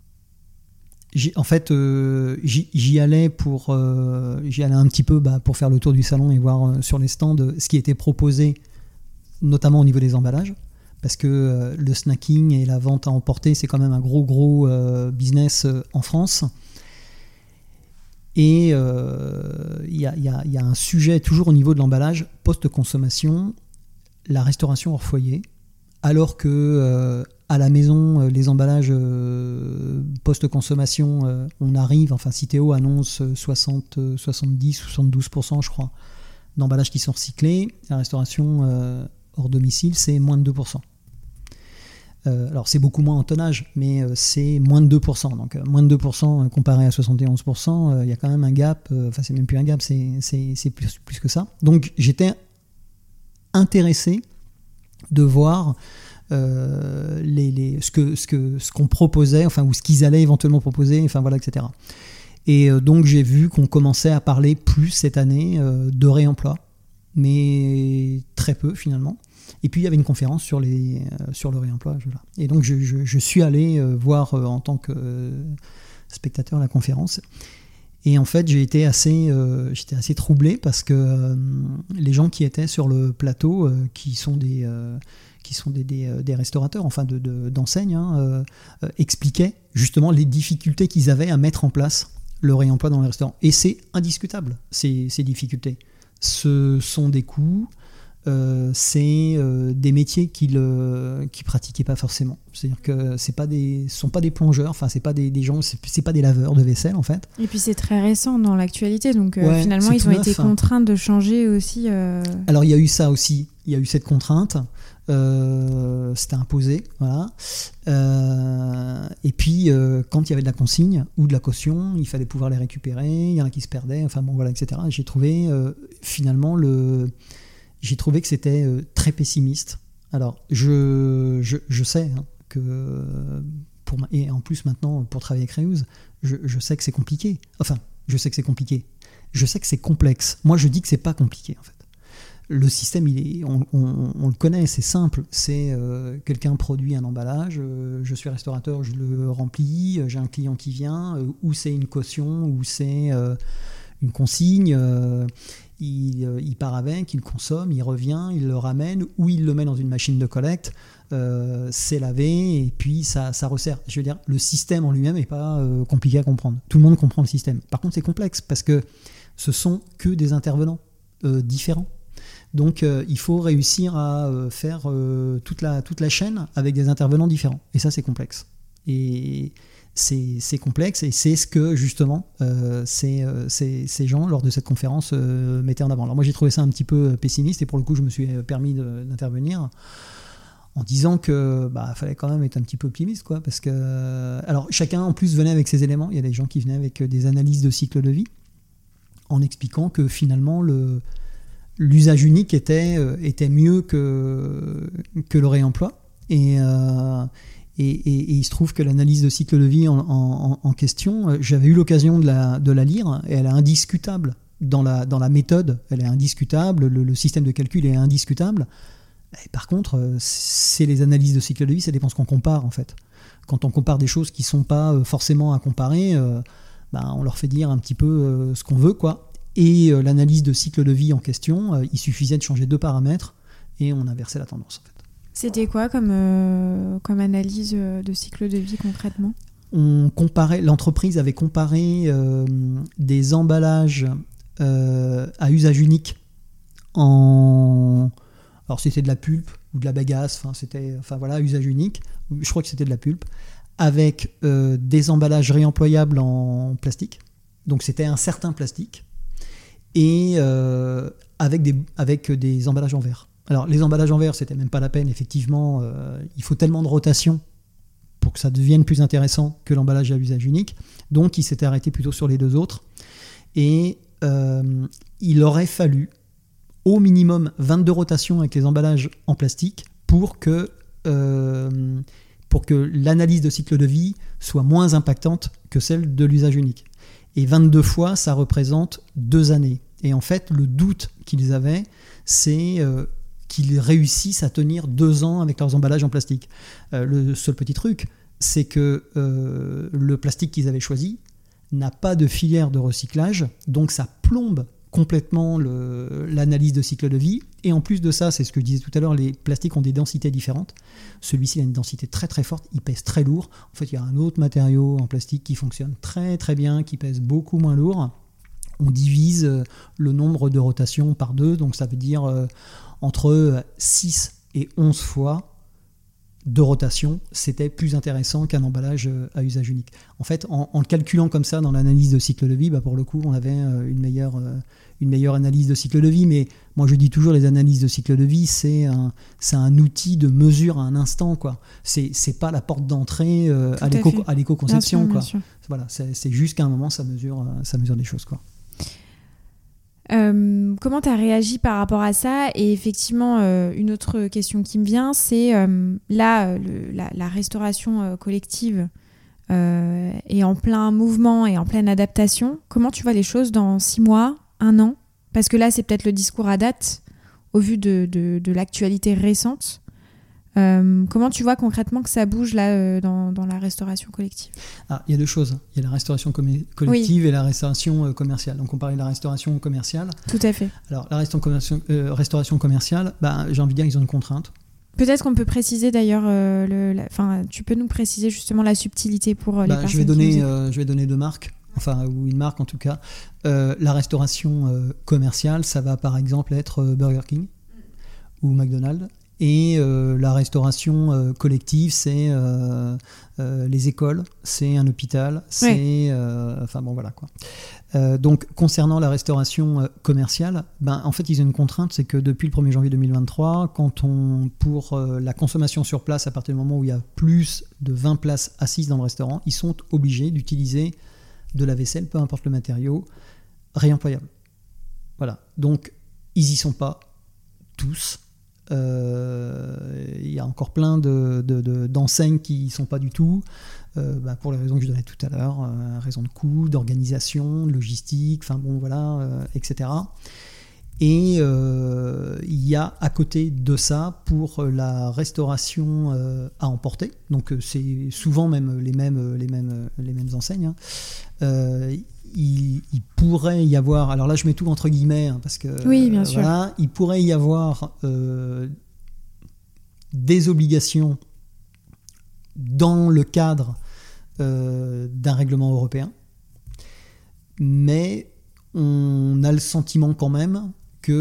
J'ai, en fait, euh, j'y, j'y allais pour, euh, j'y allais un petit peu bah, pour faire le tour du salon et voir euh, sur les stands ce qui était proposé, notamment au niveau des emballages, parce que euh, le snacking et la vente à emporter, c'est quand même un gros gros euh, business euh, en France. Et il euh, y, y, y a un sujet toujours au niveau de l'emballage post-consommation, la restauration hors foyer, alors que euh, à la maison, les emballages euh, post-consommation, euh, on arrive, enfin Citeo annonce soixante, soixante-dix, soixante-douze pour cent je crois d'emballages qui sont recyclés. La restauration euh, hors domicile, c'est moins de deux pour cent. Euh, alors c'est beaucoup moins en tonnage, mais euh, c'est moins de deux pour cent. Donc euh, moins de deux pour cent comparé à soixante et onze pour cent, il euh, y a quand même un gap, enfin euh, c'est même plus un gap, c'est, c'est, c'est plus, plus que ça. Donc j'étais intéressé de voir euh, les, les, ce, que, ce, que, ce qu'on proposait, enfin, ou ce qu'ils allaient éventuellement proposer, enfin voilà, et cetera. Et euh, donc j'ai vu qu'on commençait à parler plus cette année euh, de réemploi, mais très peu finalement. Et puis il y avait une conférence sur, les, euh, sur le réemploi. Voilà. Et donc je, je, je suis allé euh, voir euh, en tant que euh, spectateur la conférence. Et en fait j'ai été assez, euh, j'étais assez troublé parce que euh, les gens qui étaient sur le plateau, euh, qui sont des, euh, qui sont des, des, des restaurateurs, enfin de, de, d'enseignes, hein, euh, euh, expliquaient justement les difficultés qu'ils avaient à mettre en place le réemploi dans les restaurants. Et c'est indiscutable, ces, ces difficultés. Ce sont des coûts. Euh, c'est euh, des métiers qu'ils ne pratiquaient pas forcément. C'est-à-dire que c'est pas des, ce sont pas des plongeurs, enfin c'est pas des, des gens, c'est, c'est pas des laveurs de vaisselle en fait. Et puis c'est très récent dans l'actualité, donc euh, ouais, finalement ils ont neuf, été hein. contraints de changer aussi. Euh... Alors il y a eu ça aussi, il y a eu cette contrainte, euh, c'était imposé, voilà. Euh, et puis euh, quand il y avait de la consigne ou de la caution, il fallait pouvoir les récupérer, il y en a qui se perdaient, enfin bon voilà, et cetera. Et j'ai trouvé euh, finalement le J'ai trouvé que c'était euh, très pessimiste. Alors, je, je, je sais hein, que, pour, et en plus maintenant, pour travailler avec Reuse, je, je sais que c'est compliqué. Enfin, je sais que c'est compliqué. Je sais que c'est complexe. Moi, je dis que c'est pas compliqué, en fait. Le système, il est, on, on, on le connaît, c'est simple. C'est euh, quelqu'un produit un emballage, euh, je suis restaurateur, je le remplis, j'ai un client qui vient, euh, ou c'est une caution, ou c'est euh, une consigne. Euh, il, euh, il part avec, il consomme, il revient, il le ramène, ou il le met dans une machine de collecte, euh, c'est lavé, et puis ça, ça resserre. Je veux dire, le système en lui-même n'est pas euh, compliqué à comprendre. Tout le monde comprend le système. Par contre, c'est complexe, parce que ce sont que des intervenants euh, différents. Donc, euh, il faut réussir à euh, faire euh, toute, la, toute la chaîne avec des intervenants différents. Et ça, c'est complexe. Et c'est, c'est complexe, et c'est ce que, justement, euh, ces, euh, ces, ces gens, lors de cette conférence, euh, mettaient en avant. Alors moi, j'ai trouvé ça un petit peu pessimiste, et pour le coup, je me suis permis de, d'intervenir en disant que bah, fallait quand même être un petit peu optimiste, quoi, parce que... Alors, chacun, en plus, venait avec ses éléments. Il y a des gens qui venaient avec des analyses de cycle de vie, en expliquant que, finalement, le... l'usage unique était, euh, était mieux que, que le réemploi. Et, euh, et, et, et il se trouve que l'analyse de cycle de vie en, en, en question, euh, j'avais eu l'occasion de la, de la lire, et elle est indiscutable dans la, dans la méthode. Elle est indiscutable, le, le système de calcul est indiscutable. Et par contre, euh, c'est les analyses de cycle de vie, ça dépend ce qu'on compare, en fait. Quand on compare des choses qui ne sont pas euh, forcément à comparer, euh, bah, on leur fait dire un petit peu euh, ce qu'on veut, quoi. Et euh, l'analyse de cycle de vie en question, euh, il suffisait de changer deux paramètres et on inversait la tendance, en fait. C'était quoi comme, euh, comme analyse de cycle de vie concrètement ? On comparait, l'entreprise avait comparé euh, des emballages euh, à usage unique en... Alors c'était de la pulpe ou de la bagasse, enfin c'était, enfin voilà, usage unique. Je crois que c'était de la pulpe, avec euh, des emballages réemployables en plastique. Donc c'était un certain plastique. Et euh, avec, des, avec des emballages en verre. Alors les emballages en verre, c'était même pas la peine, effectivement, euh, il faut tellement de rotation pour que ça devienne plus intéressant que l'emballage à usage unique. Donc il s'était arrêté plutôt sur les deux autres. Et euh, il aurait fallu au minimum vingt-deux rotations avec les emballages en plastique pour que, euh, pour que l'analyse de cycle de vie soit moins impactante que celle de l'usage unique. Et vingt-deux fois, ça représente deux années. Et en fait, le doute qu'ils avaient, c'est euh, qu'ils réussissent à tenir deux ans avec leurs emballages en plastique. Euh, le seul petit truc, c'est que euh, le plastique qu'ils avaient choisi n'a pas de filière de recyclage, donc ça plombe complètement le, l'analyse de cycle de vie. Et en plus de ça, c'est ce que je disais tout à l'heure, les plastiques ont des densités différentes. Celui-ci a une densité très très forte, il pèse très lourd. En fait, il y a un autre matériau en plastique qui fonctionne très très bien, qui pèse beaucoup moins lourd. On divise le nombre de rotations par deux, donc ça veut dire euh, entre six et onze fois de rotation, c'était plus intéressant qu'un emballage à usage unique. En fait, en, en le calculant comme ça dans l'analyse de cycle de vie, bah pour le coup, on avait une meilleure, une meilleure analyse de cycle de vie. Mais moi, je dis toujours, les analyses de cycle de vie, c'est un, c'est un outil de mesure à un instant, quoi. C'est, c'est pas la porte d'entrée euh, à, l'éco, à l'éco-conception, quoi. Voilà, c'est, c'est juste qu'à un moment, ça mesure, ça mesure des choses, quoi. Euh, comment tu as réagi par rapport à ça ? Et effectivement, euh, une autre question qui me vient, c'est euh, là, le, la, la restauration euh, collective euh, est en plein mouvement et en pleine adaptation. Comment tu vois les choses dans six mois, un an ? Parce que là, c'est peut-être le discours à date, au vu de, de, de l'actualité récente. Euh, comment tu vois concrètement que ça bouge là euh, dans, dans la restauration collective ? Ah, il y a deux choses. Il y a la restauration com- collective oui. et la restauration euh, commerciale. Donc on parlait de la restauration commerciale. Tout à fait. Alors la restauration, euh, restauration commerciale, bah, j'ai envie de dire qu'ils ont une contrainte. Peut-être qu'on peut préciser d'ailleurs, euh, le, la, enfin, tu peux nous préciser justement la subtilité pour euh, les bah, personnes je vais donner, qui nous euh, je vais donner deux marques, enfin ou une marque en tout cas. Euh, la restauration euh, commerciale, ça va par exemple être euh, Burger King ou McDonald's. Et euh, la restauration euh, collective, c'est euh, euh, les écoles, c'est un hôpital, c'est... Ouais. Euh, enfin bon, voilà quoi. Euh, donc, concernant la restauration euh, commerciale, ben, en fait, ils ont une contrainte, c'est que depuis le premier janvier deux mille vingt-trois, quand on, pour euh, la consommation sur place, à partir du moment où il y a plus de vingt places assises dans le restaurant, ils sont obligés d'utiliser de la vaisselle, peu importe le matériau, réemployable. Voilà. Donc, ils n'y sont pas tous. Il euh, y a encore plein de, de, de, d'enseignes qui n'y sont pas du tout, euh, bah pour les raisons que je donnais tout à l'heure, euh, raisons de coût, d'organisation, de logistique, enfin bon voilà, euh, et cetera. Et il euh, y a à côté de ça, pour la restauration euh, à emporter, donc c'est souvent même les mêmes, les mêmes, les mêmes enseignes, hein, euh, il, il pourrait y avoir, alors là je mets tout entre guillemets, hein, parce que oui, bien euh, sûr. Voilà, il pourrait y avoir euh, des obligations dans le cadre euh, d'un règlement européen, mais on a le sentiment quand même que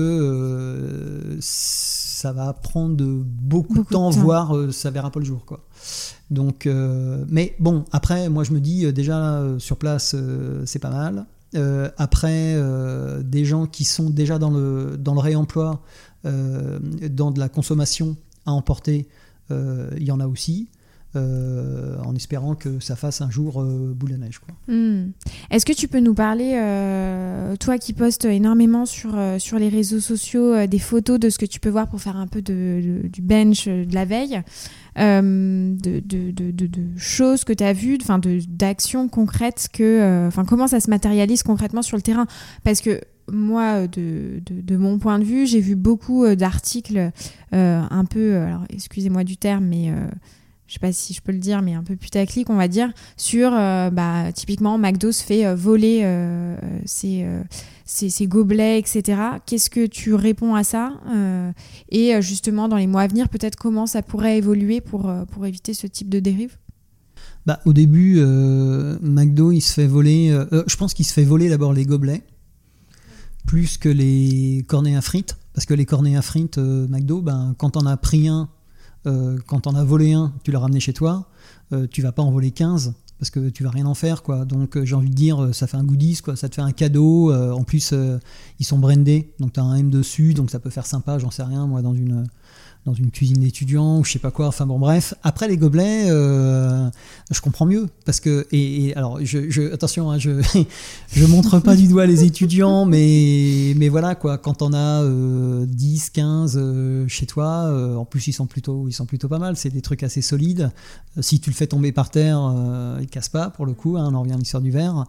euh, ça va prendre beaucoup, beaucoup de temps, de temps. voire euh, ça verra pas le jour, quoi. Donc, euh, mais bon, après, moi je me dis euh, déjà euh, sur place, euh, c'est pas mal. Euh, après, euh, des gens qui sont déjà dans le, dans le réemploi, euh, dans de la consommation à emporter, euh, il y en a aussi. Euh, en espérant que ça fasse un jour euh, boule de neige, quoi. Mmh. Est-ce que tu peux nous parler, euh, toi qui postes énormément sur, euh, sur les réseaux sociaux, euh, des photos de ce que tu peux voir pour faire un peu de, de, du bench euh, de la veille, euh, de, de, de, de, de choses que tu as vues, de, d'actions concrètes, que, euh, comment ça se matérialise concrètement sur le terrain? Parce que moi, de, de, de mon point de vue, j'ai vu beaucoup d'articles euh, un peu, alors excusez-moi du terme, mais... Euh, je sais pas si je peux le dire, mais un peu putaclic, on va dire, sur, euh, bah, typiquement, McDo se fait euh, voler euh, ses, euh, ses, ses gobelets, et cetera. Qu'est-ce que tu réponds à ça euh, Et euh, justement, dans les mois à venir, peut-être comment ça pourrait évoluer pour, euh, pour éviter ce type de dérive? Bah, au début, euh, McDo, il se fait voler... Euh, je pense qu'il se fait voler d'abord les gobelets, plus que les cornets à frites, parce que les cornets à frites, euh, McDo, ben, quand on a pris un, Euh, quand t'en as volé un, tu l'as ramené chez toi, euh, tu vas pas en voler quinze parce que tu vas rien en faire, quoi. Donc euh, j'ai envie de dire, ça fait un goodies, quoi. Ça te fait un cadeau. Euh, en plus, euh, ils sont brandés, donc t'as un M dessus, donc ça peut faire sympa. J'en sais rien, moi, dans une dans une cuisine d'étudiant ou je sais pas quoi. Enfin bon, bref. Après les gobelets, euh, je comprends mieux parce que et, et alors je, je attention, hein, je je montre pas du doigt les étudiants, mais mais voilà, quoi. Quand on a euh, dix, quinze euh, chez toi, euh, en plus ils sont plutôt ils sont plutôt pas mal. C'est des trucs assez solides. Euh, si tu le fais tomber par terre, euh, il casse pas pour le coup. Hein, on en revient à l'histoire du verre.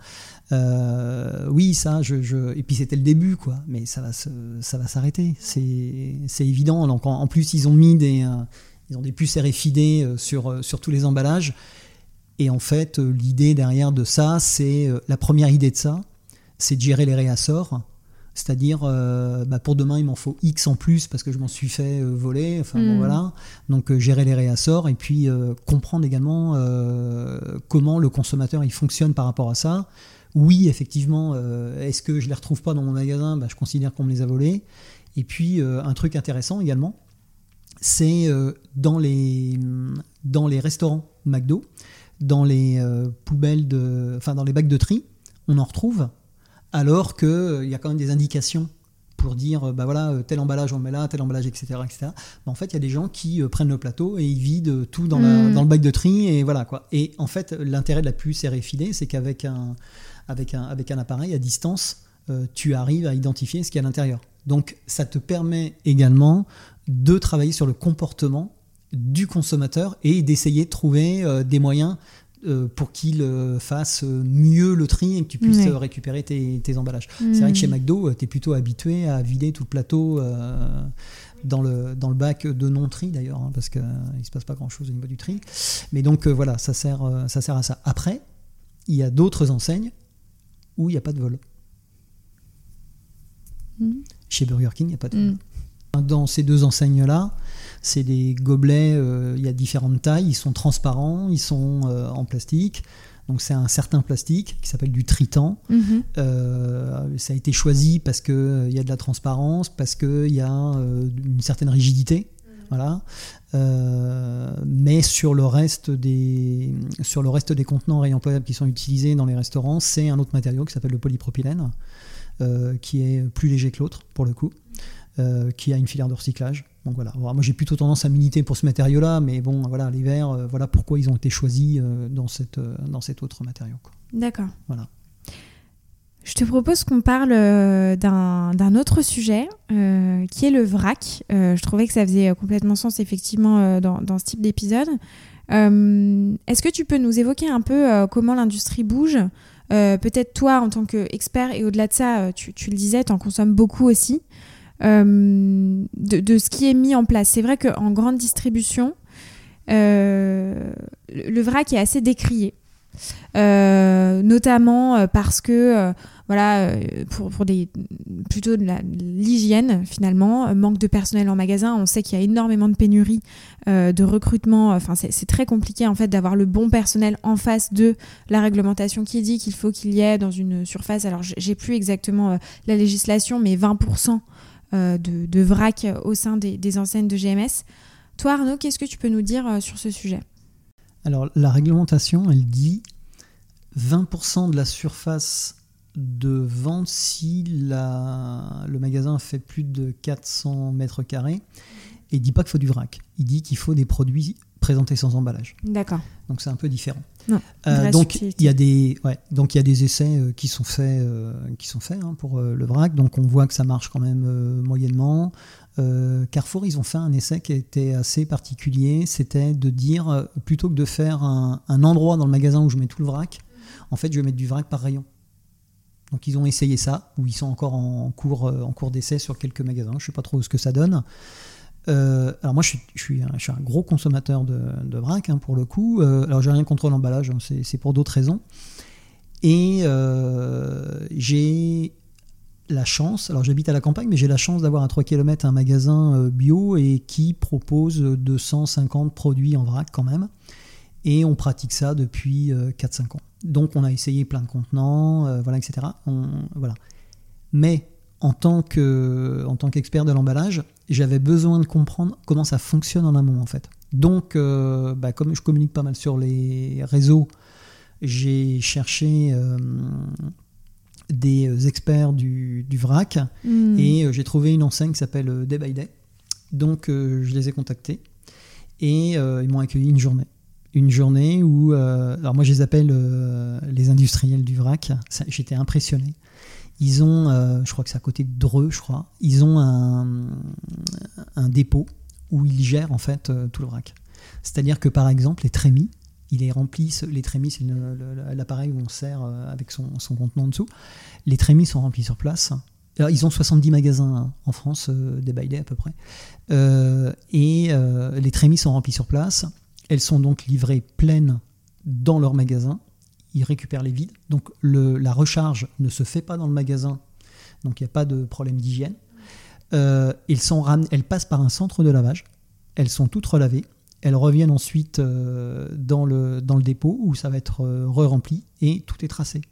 Euh, oui, ça, je, je... et puis c'était le début, quoi. Mais ça va, se, ça va s'arrêter, c'est, c'est évident. Donc en, en plus, ils ont mis des, euh, ils ont des puces R F I D euh, sur euh, sur tous les emballages. Et en fait, euh, l'idée derrière de ça, c'est euh, la première idée de ça, c'est de gérer les réassorts. C'est-à-dire, euh, bah pour demain, il m'en faut X en plus parce que je m'en suis fait euh, voler. Enfin mmh. bon, voilà. Donc euh, gérer les réassorts et puis euh, comprendre également euh, comment le consommateur il fonctionne par rapport à ça. Oui, effectivement, euh, est-ce que je ne les retrouve pas dans mon magasin? Bah, je considère qu'on me les a volés. Et puis, euh, un truc intéressant également, c'est euh, dans, les, dans les restaurants McDo, dans les euh, poubelles, de, enfin dans les bacs de tri, on en retrouve, alors qu'il euh, y a quand même des indications pour dire, bah voilà, tel emballage on le met là, tel emballage, et cetera, et cetera. Bah, en fait, il y a des gens qui euh, prennent le plateau et ils vident tout dans, la, mmh. dans le bac de tri, et voilà, quoi. Et en fait, l'intérêt de la puce R F I D, c'est qu'avec un Avec un, avec un appareil à distance, euh, tu arrives à identifier ce qu'il y a à l'intérieur. Donc ça te permet également de travailler sur le comportement du consommateur et d'essayer de trouver euh, des moyens euh, pour qu'il euh, fasse mieux le tri et que tu puisses ouais. récupérer tes, tes emballages. Mmh. C'est vrai que chez McDo, tu es plutôt habitué à vider tout le plateau euh, dans, le, dans le bac de non-tri d'ailleurs, hein, parce qu'il euh, ne se passe pas grand-chose au niveau du tri. Mais donc euh, voilà, ça sert, euh, ça sert à ça. Après, il y a d'autres enseignes où il n'y a pas de vol. Mmh. Chez Burger King, il n'y a pas de vol. Mmh. Dans ces deux enseignes-là, c'est des gobelets, euh, il y a différentes tailles, ils sont transparents, ils sont euh, en plastique. Donc c'est un certain plastique qui s'appelle du Tritan. Mmh. Euh, ça a été choisi parce qu'il euh, y a de la transparence, parce qu'il y a euh, une certaine rigidité. Voilà. Euh, mais sur le reste des sur le reste des contenants réemployables qui sont utilisés dans les restaurants, c'est un autre matériau qui s'appelle le polypropylène, euh, qui est plus léger que l'autre pour le coup, euh, qui a une filière de recyclage. Donc voilà. Alors, moi j'ai plutôt tendance à militer pour ce matériau-là, mais bon voilà, les verres, euh, voilà pourquoi ils ont été choisis euh, dans cette euh, dans cet autre matériau, quoi. D'accord. Voilà. Je te propose qu'on parle euh, d'un, d'un autre sujet, euh, qui est le vrac. Euh, je trouvais que ça faisait complètement sens, effectivement, euh, dans, dans ce type d'épisode. Euh, est-ce que tu peux nous évoquer un peu euh, comment l'industrie bouge ? euh, Peut-être toi, en tant qu'expert, et au-delà de ça, tu, tu le disais, tu en consommes beaucoup aussi, euh, de, de ce qui est mis en place. C'est vrai qu'en grande distribution, euh, le, le vrac est assez décrié. euh, notamment euh, parce que euh, voilà, euh, pour, pour des, plutôt de, la, de l'hygiène finalement, euh, manque de personnel en magasin. On sait qu'il y a énormément de pénuries euh, de recrutement. Enfin, c'est, c'est très compliqué en fait d'avoir le bon personnel en face de la réglementation qui dit qu'il faut qu'il y ait dans une surface. Alors, j'ai plus exactement euh, la législation, mais vingt pour cent euh, de, de vrac au sein des, des enseignes de G M S. Toi, Arnaud, qu'est-ce que tu peux nous dire euh, sur ce sujet ? Alors, la réglementation, elle dit vingt pour cent de la surface de vente si la, le magasin fait plus de quatre cents mètres carrés. Et il ne dit pas qu'il faut du vrac. Il dit qu'il faut des produits présentés sans emballage. D'accord. Donc, c'est un peu différent. Non, euh, donc, il y a des, ouais, donc, il y a des essais euh, qui sont faits, euh, qui sont faits hein, pour euh, le vrac. Donc, on voit que ça marche quand même euh, moyennement. Euh, Carrefour, ils ont fait un essai qui était assez particulier. C'était de dire, euh, plutôt que de faire un, un endroit dans le magasin où je mets tout le vrac, en fait, je vais mettre du vrac par rayon. Donc, ils ont essayé ça, où ils sont encore en cours, euh, en cours d'essai sur quelques magasins. Je ne sais pas trop ce que ça donne. Euh, alors, moi, je suis, je suis, un, je suis un gros consommateur de, de vrac, hein, pour le coup. Euh, alors, j'ai rien contre l'emballage, hein, c'est, c'est pour d'autres raisons. Et euh, j'ai la chance, alors j'habite à la campagne, mais j'ai la chance d'avoir à trois kilomètres un magasin euh, bio et qui propose deux cent cinquante produits en vrac quand même. Et on pratique ça depuis euh, quatre cinq ans. Donc on a essayé plein de contenants, euh, voilà, et cetera. On, voilà. Mais en tant que, en tant qu'expert de l'emballage, j'avais besoin de comprendre comment ça fonctionne en amont en fait. Donc, euh, bah, comme je communique pas mal sur les réseaux, j'ai cherché euh, des experts du, du vrac mmh. et euh, j'ai trouvé une enseigne qui s'appelle Day by Day. Donc euh, je les ai contactés et euh, ils m'ont accueilli une journée. Une journée où, euh, alors moi je les appelle euh, les industriels du vrac, ça, j'étais impressionné. Ils ont, euh, je crois que c'est à côté de Dreux, je crois, ils ont un, un dépôt où ils gèrent en fait euh, tout le vrac. C'est-à-dire que par exemple les trémies, ils les remplissent, les trémies c'est une, le, l'appareil où on sert euh, avec son, son contenant en dessous, les trémies sont remplis sur place. Alors, ils ont soixante-dix magasins hein, en France, euh, Day by Day à peu près, euh, et euh, les trémies sont remplies sur place. Elles sont donc livrées pleines dans leur magasin. Ils récupèrent les vides. Donc le, la recharge ne se fait pas dans le magasin. Donc il n'y a pas de problème d'hygiène. Euh, elles, sont ram- elles passent par un centre de lavage. Elles sont toutes relavées. Elles reviennent ensuite euh, dans, le, dans le dépôt où ça va être euh, re-rempli et tout est tracé.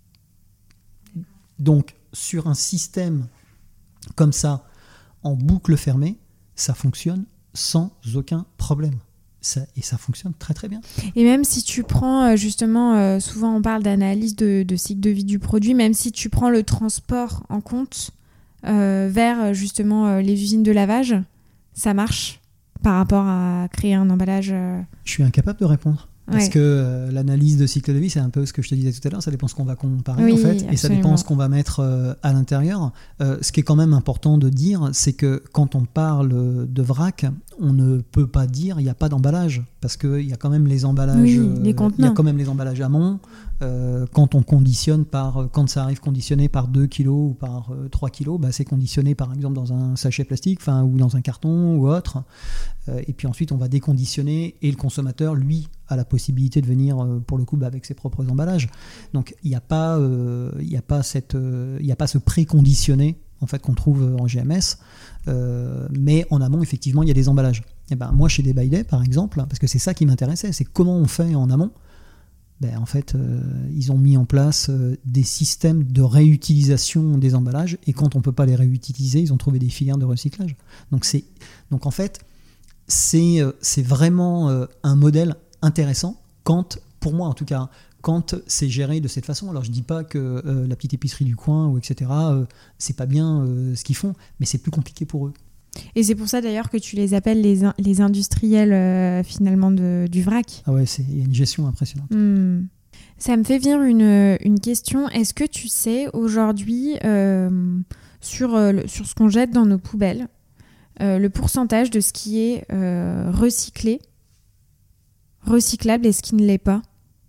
Donc sur un système comme ça, en boucle fermée, ça fonctionne sans aucun problème. Ça, et ça fonctionne très très bien. Et même si tu prends justement, euh, souvent on parle d'analyse de, de cycle de vie du produit, même si tu prends le transport en compte euh, vers justement euh, les usines de lavage, ça marche par rapport à créer un emballage euh... Je suis incapable de répondre. Parce ouais. que euh, l'analyse de cycle de vie, c'est un peu ce que je te disais tout à l'heure, ça dépend ce qu'on va comparer oui, en fait, absolument. Et ça dépend ce qu'on va mettre euh, à l'intérieur. Euh, ce qui est quand même important de dire, c'est que quand on parle de vrac, on ne peut pas dire il n'y a pas d'emballage, parce qu'il y a quand même les emballages, oui, euh, les il y a quand même les emballages amont. Euh, quand on conditionne par, quand ça arrive conditionné par deux kilos ou par euh, trois kilos, bah, c'est conditionné par exemple dans un sachet plastique, enfin, ou dans un carton ou autre. Euh, et puis ensuite on va déconditionner et le consommateur, lui, a la possibilité de venir euh, pour le coup bah, avec ses propres emballages. Donc il n'y a pas, euh, il n'y a pas cette, euh, il n'y a pas ce préconditionné en fait qu'on trouve en G M S, euh, mais en amont effectivement il y a des emballages. Et ben moi chez Day by Day par exemple, parce que c'est ça qui m'intéressait, c'est comment on fait en amont. Ben, en fait, euh, ils ont mis en place euh, des systèmes de réutilisation des emballages et quand on ne peut pas les réutiliser, ils ont trouvé des filières de recyclage. Donc, c'est, donc en fait, c'est, euh, c'est vraiment euh, un modèle intéressant quand, pour moi en tout cas, quand c'est géré de cette façon. Alors je ne dis pas que euh, la petite épicerie du coin, ou et cetera, euh, c'est pas bien euh, ce qu'ils font, mais c'est plus compliqué pour eux. Et c'est pour ça d'ailleurs que tu les appelles les, in- les industriels euh, finalement de, du vrac. Ah ouais, il y a une gestion impressionnante. Mmh. Ça me fait venir une, une question. Est-ce que tu sais aujourd'hui euh, sur, euh, le, sur ce qu'on jette dans nos poubelles, euh, le pourcentage de ce qui est euh, recyclé, recyclable et ce qui ne l'est pas?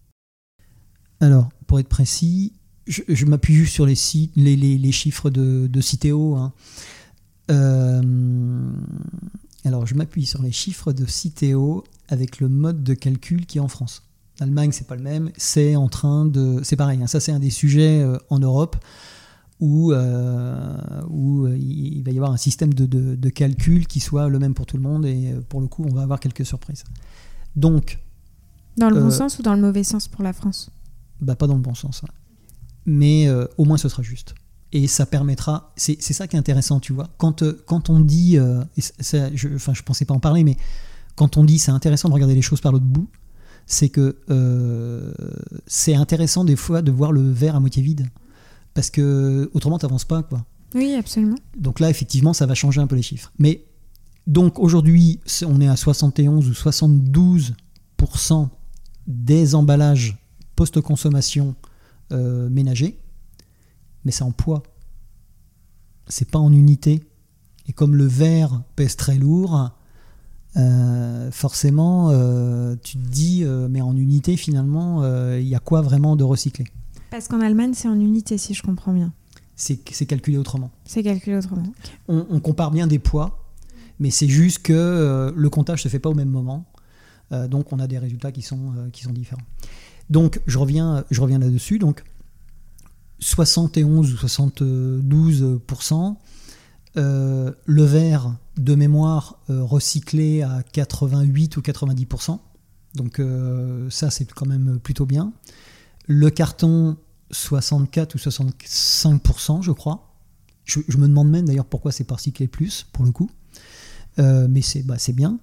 Alors, pour être précis, je, je m'appuie juste sur les, les, les, les chiffres de, de Citeo, hein. Euh, alors, je m'appuie sur les chiffres de Citeo avec le mode de calcul qui est en France. L'Allemagne, c'est pas le même. C'est en train de, c'est pareil. Hein, ça, c'est un des sujets euh, en Europe où euh, où euh, il va y avoir un système de, de, de calcul qui soit le même pour tout le monde. Et euh, pour le coup, on va avoir quelques surprises. Donc, dans le bon euh, sens ou dans le mauvais sens pour la France? Bah, pas dans le bon sens. Ouais. Mais euh, au moins, ce sera juste. Et ça permettra. C'est, c'est ça qui est intéressant, tu vois. Quand euh, quand on dit, euh, et ça, je, enfin, je pensais pas en parler, mais quand on dit c'est intéressant de regarder les choses par l'autre bout. C'est que euh, c'est intéressant des fois de voir le verre à moitié vide. Parce que autrement, tu n'avances pas, quoi. Oui, absolument. Donc là, effectivement, ça va changer un peu les chiffres. Mais donc aujourd'hui, on est à soixante et onze ou soixante-douze pour cent des emballages post-consommation euh, ménagers. Mais c'est en poids. C'est pas en unité. Et comme le verre pèse très lourd... Euh, forcément, euh, tu te dis, euh, mais en unité, finalement, il euh, y a quoi vraiment de recyclé? Parce qu'en Allemagne, c'est en unité, si je comprends bien. C'est, c'est calculé autrement. C'est calculé autrement. Okay. On, on compare bien des poids, mais c'est juste que euh, le comptage ne se fait pas au même moment. Euh, donc, on a des résultats qui sont, euh, qui sont différents. Donc, je reviens, je reviens là-dessus. Donc, soixante et onze ou soixante-douze pour cent, euh, le verre de mémoire euh, recyclé à quatre-vingt-huit ou quatre-vingt-dix pour cent. Donc euh, ça, c'est quand même plutôt bien. Le carton, soixante-quatre ou soixante-cinq pour cent, je crois. Je, je me demande même d'ailleurs pourquoi c'est pas recyclé plus, pour le coup. Euh, mais c'est, bah, c'est bien.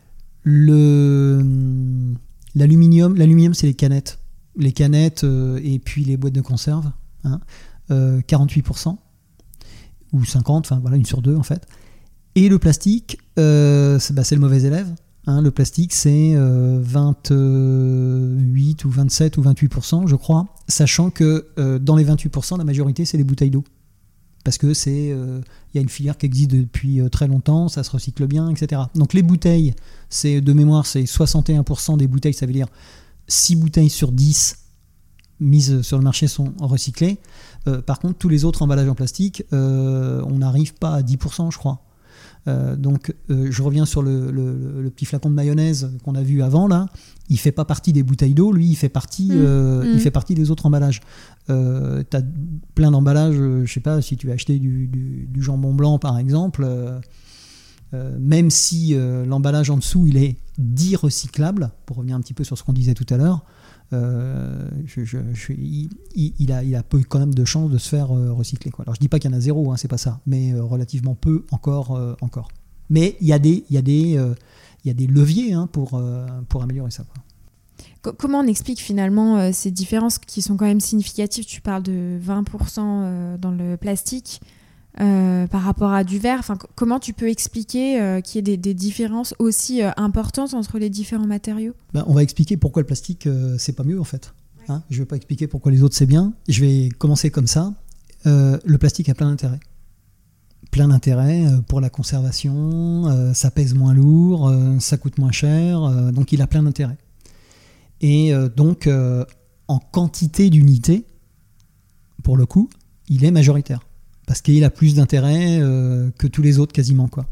Le, l'aluminium, l'aluminium, c'est les canettes. Les canettes euh, et puis les boîtes de conserve. Hein, euh, quarante-huit pour cent. Ou cinquante, enfin voilà, une sur deux en fait. Et le plastique, euh, c'est, bah, c'est le mauvais élève. Hein, le plastique, c'est euh, vingt-huit ou vingt-sept ou vingt-huit pour cent, je crois, sachant que euh, dans les vingt-huit pour cent, la majorité, c'est les bouteilles d'eau. Parce que c'est, euh, y a une filière qui existe depuis euh, très longtemps, ça se recycle bien, et cetera. Donc les bouteilles, c'est, de mémoire, c'est soixante et un pour cent des bouteilles, ça veut dire six bouteilles sur dix mises sur le marché sont recyclées. Euh, par contre, tous les autres emballages en plastique, euh, on n'arrive pas à dix pour cent, je crois. Euh, donc euh, je reviens sur le, le, le petit flacon de mayonnaise qu'on a vu avant là. Il fait pas partie des bouteilles d'eau, lui il fait partie, mmh. Euh, mmh. il fait partie des autres emballages. Euh, t'as plein d'emballages, euh, je sais pas si tu vas acheter du, du, du jambon blanc par exemple, euh, euh, même si euh, l'emballage en dessous il est dit recyclable, pour revenir un petit peu sur ce qu'on disait tout à l'heure. Euh, je, je, je, il, il, a, il a peu quand même de chances de se faire euh, recycler, quoi. Alors je dis pas qu'il y en a zéro, hein, c'est pas ça, mais euh, relativement peu encore, euh, encore. Mais il y a des, il y a des, euh, il y a des leviers hein, pour, euh, pour améliorer ça, quoi. Comment on explique finalement euh, ces différences qui sont quand même significatives? Tu parles de vingt pour cent euh, dans le plastique. Euh, par rapport à du verre, enfin, c- comment tu peux expliquer euh, qu'il y ait des, des différences aussi euh, importantes entre les différents matériaux? Ben, on va expliquer pourquoi le plastique euh, c'est pas mieux en fait. Hein, je ne vais pas expliquer pourquoi les autres c'est bien. Je vais commencer comme ça. Euh, le plastique a plein d'intérêts. Plein d'intérêts euh, pour la conservation, euh, ça pèse moins lourd, euh, ça coûte moins cher, euh, donc il a plein d'intérêts. Et euh, donc euh, en quantité d'unités, pour le coup, il est majoritaire. Parce qu'il a plus d'intérêt euh, que tous les autres quasiment, quoi.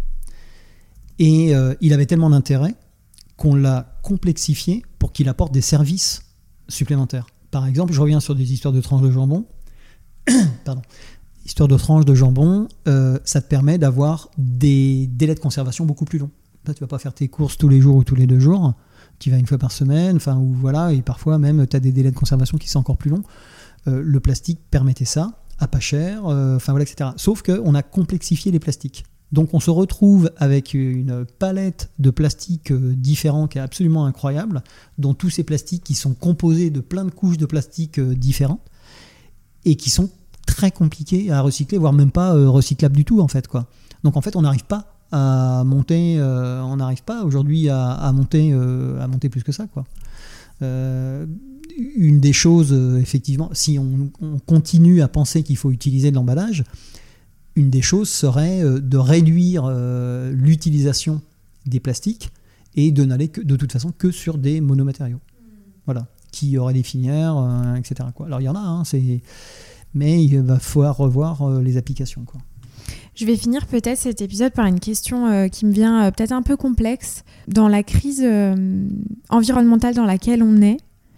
Et euh, il avait tellement d'intérêt qu'on l'a complexifié pour qu'il apporte des services supplémentaires. Par exemple, je reviens sur des histoires de tranches de jambon. Pardon. Histoire de tranches de jambon, euh, ça te permet d'avoir des délais de conservation beaucoup plus longs. Là, tu vas pas faire tes courses tous les jours ou tous les deux jours. Tu vas une fois par semaine, enfin, ou voilà, et parfois même tu as des délais de conservation qui sont encore plus longs. Euh, le plastique permettait ça. À pas cher, euh, enfin voilà, et cetera. Sauf qu'on a complexifié les plastiques. Donc on se retrouve avec une palette de plastiques euh, différents qui est absolument incroyable, dont tous ces plastiques qui sont composés de plein de couches de plastiques euh, différentes et qui sont très compliqués à recycler, voire même pas euh, recyclables du tout en fait, quoi. Donc en fait on n'arrive pas à monter, euh, on n'arrive pas aujourd'hui à, à monter, euh, à monter plus que ça, quoi. Euh, Une des choses, euh, effectivement, si on, on continue à penser qu'il faut utiliser de l'emballage, une des choses serait euh, de réduire euh, l'utilisation des plastiques et de n'aller que, de toute façon que sur des monomatériaux. Voilà, qui auraient des filières, euh, et cetera, quoi. Alors il y en a, hein, c'est... mais il va falloir revoir euh, les applications, quoi. Je vais finir peut-être cet épisode par une question euh, qui me vient euh, peut-être un peu complexe. Dans la crise euh, environnementale dans laquelle on est,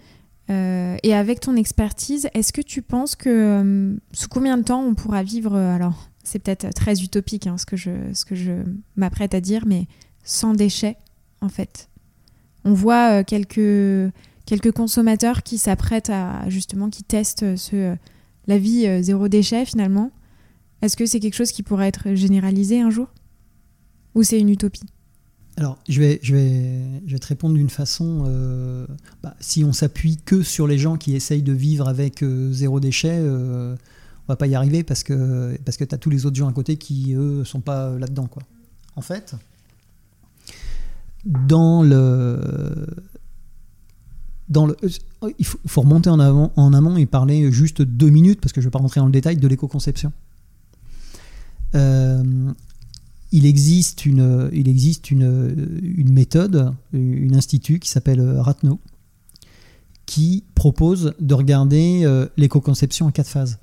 Euh, et avec ton expertise, est-ce que tu penses que euh, sous combien de temps on pourra vivre, euh, alors c'est peut-être très utopique hein, ce que je, ce que je m'apprête à dire, mais sans déchets en fait. On voit euh, quelques, quelques consommateurs qui s'apprêtent à, justement, qui testent ce, euh, la vie euh, zéro déchet finalement. Est-ce que c'est quelque chose qui pourrait être généralisé un jour ? Ou c'est une utopie ? Alors, je vais, je, vais, je vais te répondre d'une façon... Euh, bah, si on s'appuie que sur les gens qui essayent de vivre avec euh, zéro déchet, euh, on va pas y arriver parce que, parce que tu as tous les autres gens à côté qui, eux, sont pas là-dedans, quoi. En fait, dans le... Dans le il faut, faut remonter en, avant, en amont et parler juste deux minutes, parce que je ne vais pas rentrer dans le détail, de l'éco-conception. Euh, il existe, une, il existe une, une méthode, un institut qui s'appelle Ratno, qui propose de regarder euh, l'éco-conception en quatre phases.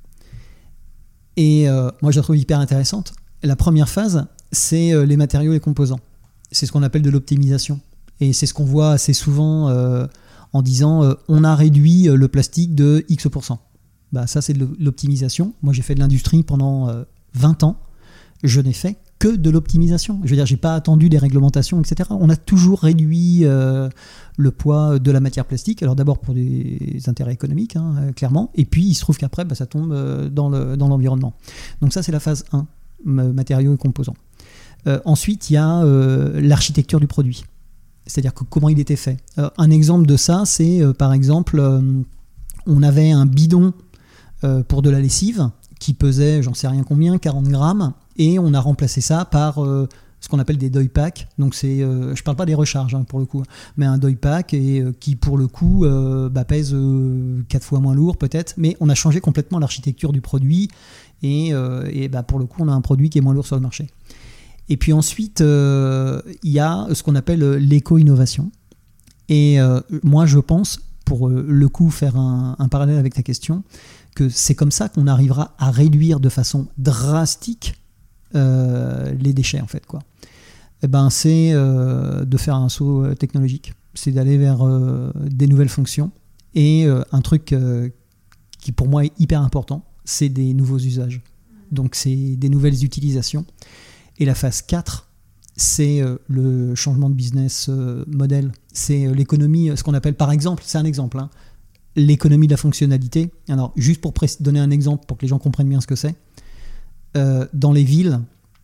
Et euh, moi, je la trouve hyper intéressante. La première phase, c'est euh, les matériaux et les composants. C'est ce qu'on appelle de l'optimisation. Et c'est ce qu'on voit assez souvent euh, en disant euh, on a réduit le plastique de X pour cent. Bah, ça, c'est de l'optimisation. Moi, j'ai fait de l'industrie pendant euh, vingt ans. Je n'ai fait que de l'optimisation. Je veux dire, j'ai pas attendu des réglementations, et cetera. On a toujours réduit euh, le poids de la matière plastique. Alors d'abord pour des intérêts économiques, hein, euh, clairement. Et puis, il se trouve qu'après, bah, ça tombe euh, dans, le, dans l'environnement. Donc ça, c'est la phase un, matériaux et composants. Euh, ensuite, il y a euh, l'architecture du produit. C'est-à-dire que comment il était fait. Euh, un exemple de ça, c'est euh, par exemple, euh, on avait un bidon euh, pour de la lessive qui pesait, j'en sais rien combien, quarante grammes, et on a remplacé ça par euh, ce qu'on appelle des deuil packs. Donc c'est, euh, je parle pas des recharges hein, pour le coup, mais un deuil pack et, euh, qui pour le coup euh, bah, pèse euh, quatre fois moins lourd peut-être, mais on a changé complètement l'architecture du produit et, euh, et bah, pour le coup on a un produit qui est moins lourd sur le marché. Et puis ensuite, euh, il y a ce qu'on appelle l'éco-innovation. Et euh, moi, je pense, pour euh, le coup faire un, un parallèle avec ta question, que c'est comme ça qu'on arrivera à réduire de façon drastique euh, les déchets, en fait, quoi. Et ben, c'est euh, de faire un saut technologique. C'est d'aller vers euh, des nouvelles fonctions. Et euh, un truc euh, qui, pour moi, est hyper important, c'est des nouveaux usages. Donc, c'est des nouvelles utilisations. Et la phase quatre, c'est euh, le changement de business euh, model. C'est euh, l'économie, ce qu'on appelle par exemple, c'est un exemple, hein, l'économie de la fonctionnalité. Alors, juste pour pré- donner un exemple, pour que les gens comprennent bien ce que c'est, euh, dans les villes,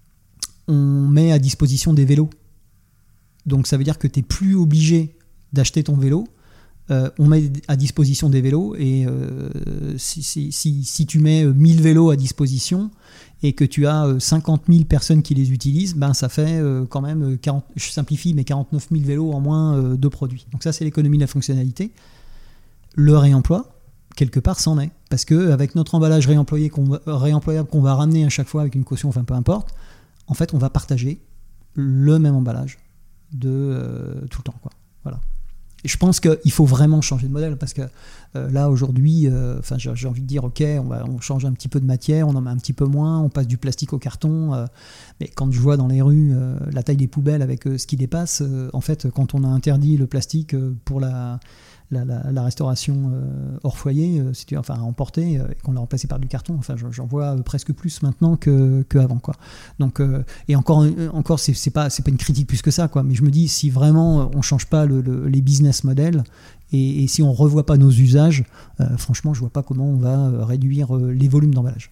on met à disposition des vélos. Donc, ça veut dire que tu n'es plus obligé d'acheter ton vélo. Euh, on met à disposition des vélos et euh, si, si, si, si tu mets mille vélos à disposition et que tu as cinquante mille personnes qui les utilisent, ben ça fait euh, quand même, quarante, je simplifie, mais quarante-neuf mille vélos en moins euh, de produits. Donc ça, c'est l'économie de la fonctionnalité. Le réemploi, quelque part, c'en est. Parce qu'avec notre emballage réemployé qu'on va, réemployable qu'on va ramener à chaque fois avec une caution, enfin peu importe, en fait, on va partager le même emballage de euh, tout le temps, quoi. Voilà. Je pense qu'il faut vraiment changer de modèle parce que euh, là aujourd'hui, euh, j'ai, j'ai envie de dire ok, on, va, on change un petit peu de matière, on en met un petit peu moins, on passe du plastique au carton. Euh, mais quand je vois dans les rues euh, la taille des poubelles avec euh, ce qui dépasse, euh, en fait, quand on a interdit le plastique euh, pour la, la, la, la restauration euh, hors foyer, euh, si tu, enfin à emporter, euh, et qu'on l'a remplacé par du carton, enfin j'en vois presque plus maintenant que qu'avant, quoi. Donc euh, et encore encore c'est, c'est pas c'est pas une critique plus que ça, quoi. Mais je me dis si vraiment on change pas le, le, les business models et, et si on revoit pas nos usages, euh, franchement je vois pas comment on va réduire euh, les volumes d'emballage.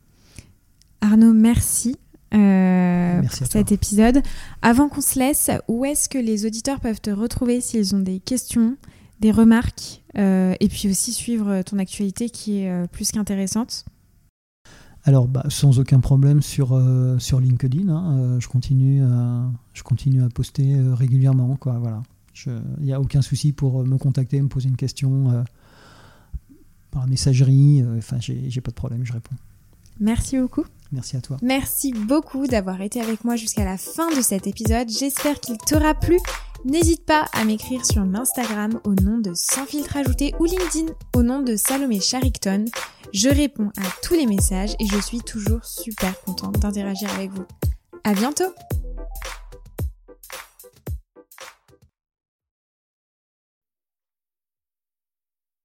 Arnaud, merci. Euh, Merci pour cet épisode. Avant qu'on se laisse, où est-ce que les auditeurs peuvent te retrouver s'ils ont des questions, des remarques, euh, et puis aussi suivre ton actualité qui est euh, plus qu'intéressante? Alors, bah, sans aucun problème sur, euh, sur LinkedIn, hein, euh, je, continue à, je continue à poster euh, régulièrement, quoi, voilà. Il n'y a aucun souci pour me contacter, me poser une question euh, par la messagerie, enfin, euh, j'ai, j'ai pas de problème, je réponds. Merci beaucoup. Merci à toi. Merci beaucoup d'avoir été avec moi jusqu'à la fin de cet épisode. J'espère qu'il t'aura plu. N'hésite pas à m'écrire sur Instagram au nom de Sans Filtre Ajouté ou LinkedIn au nom de Salomé Charicton. Je réponds à tous les messages et je suis toujours super contente d'interagir avec vous. À bientôt!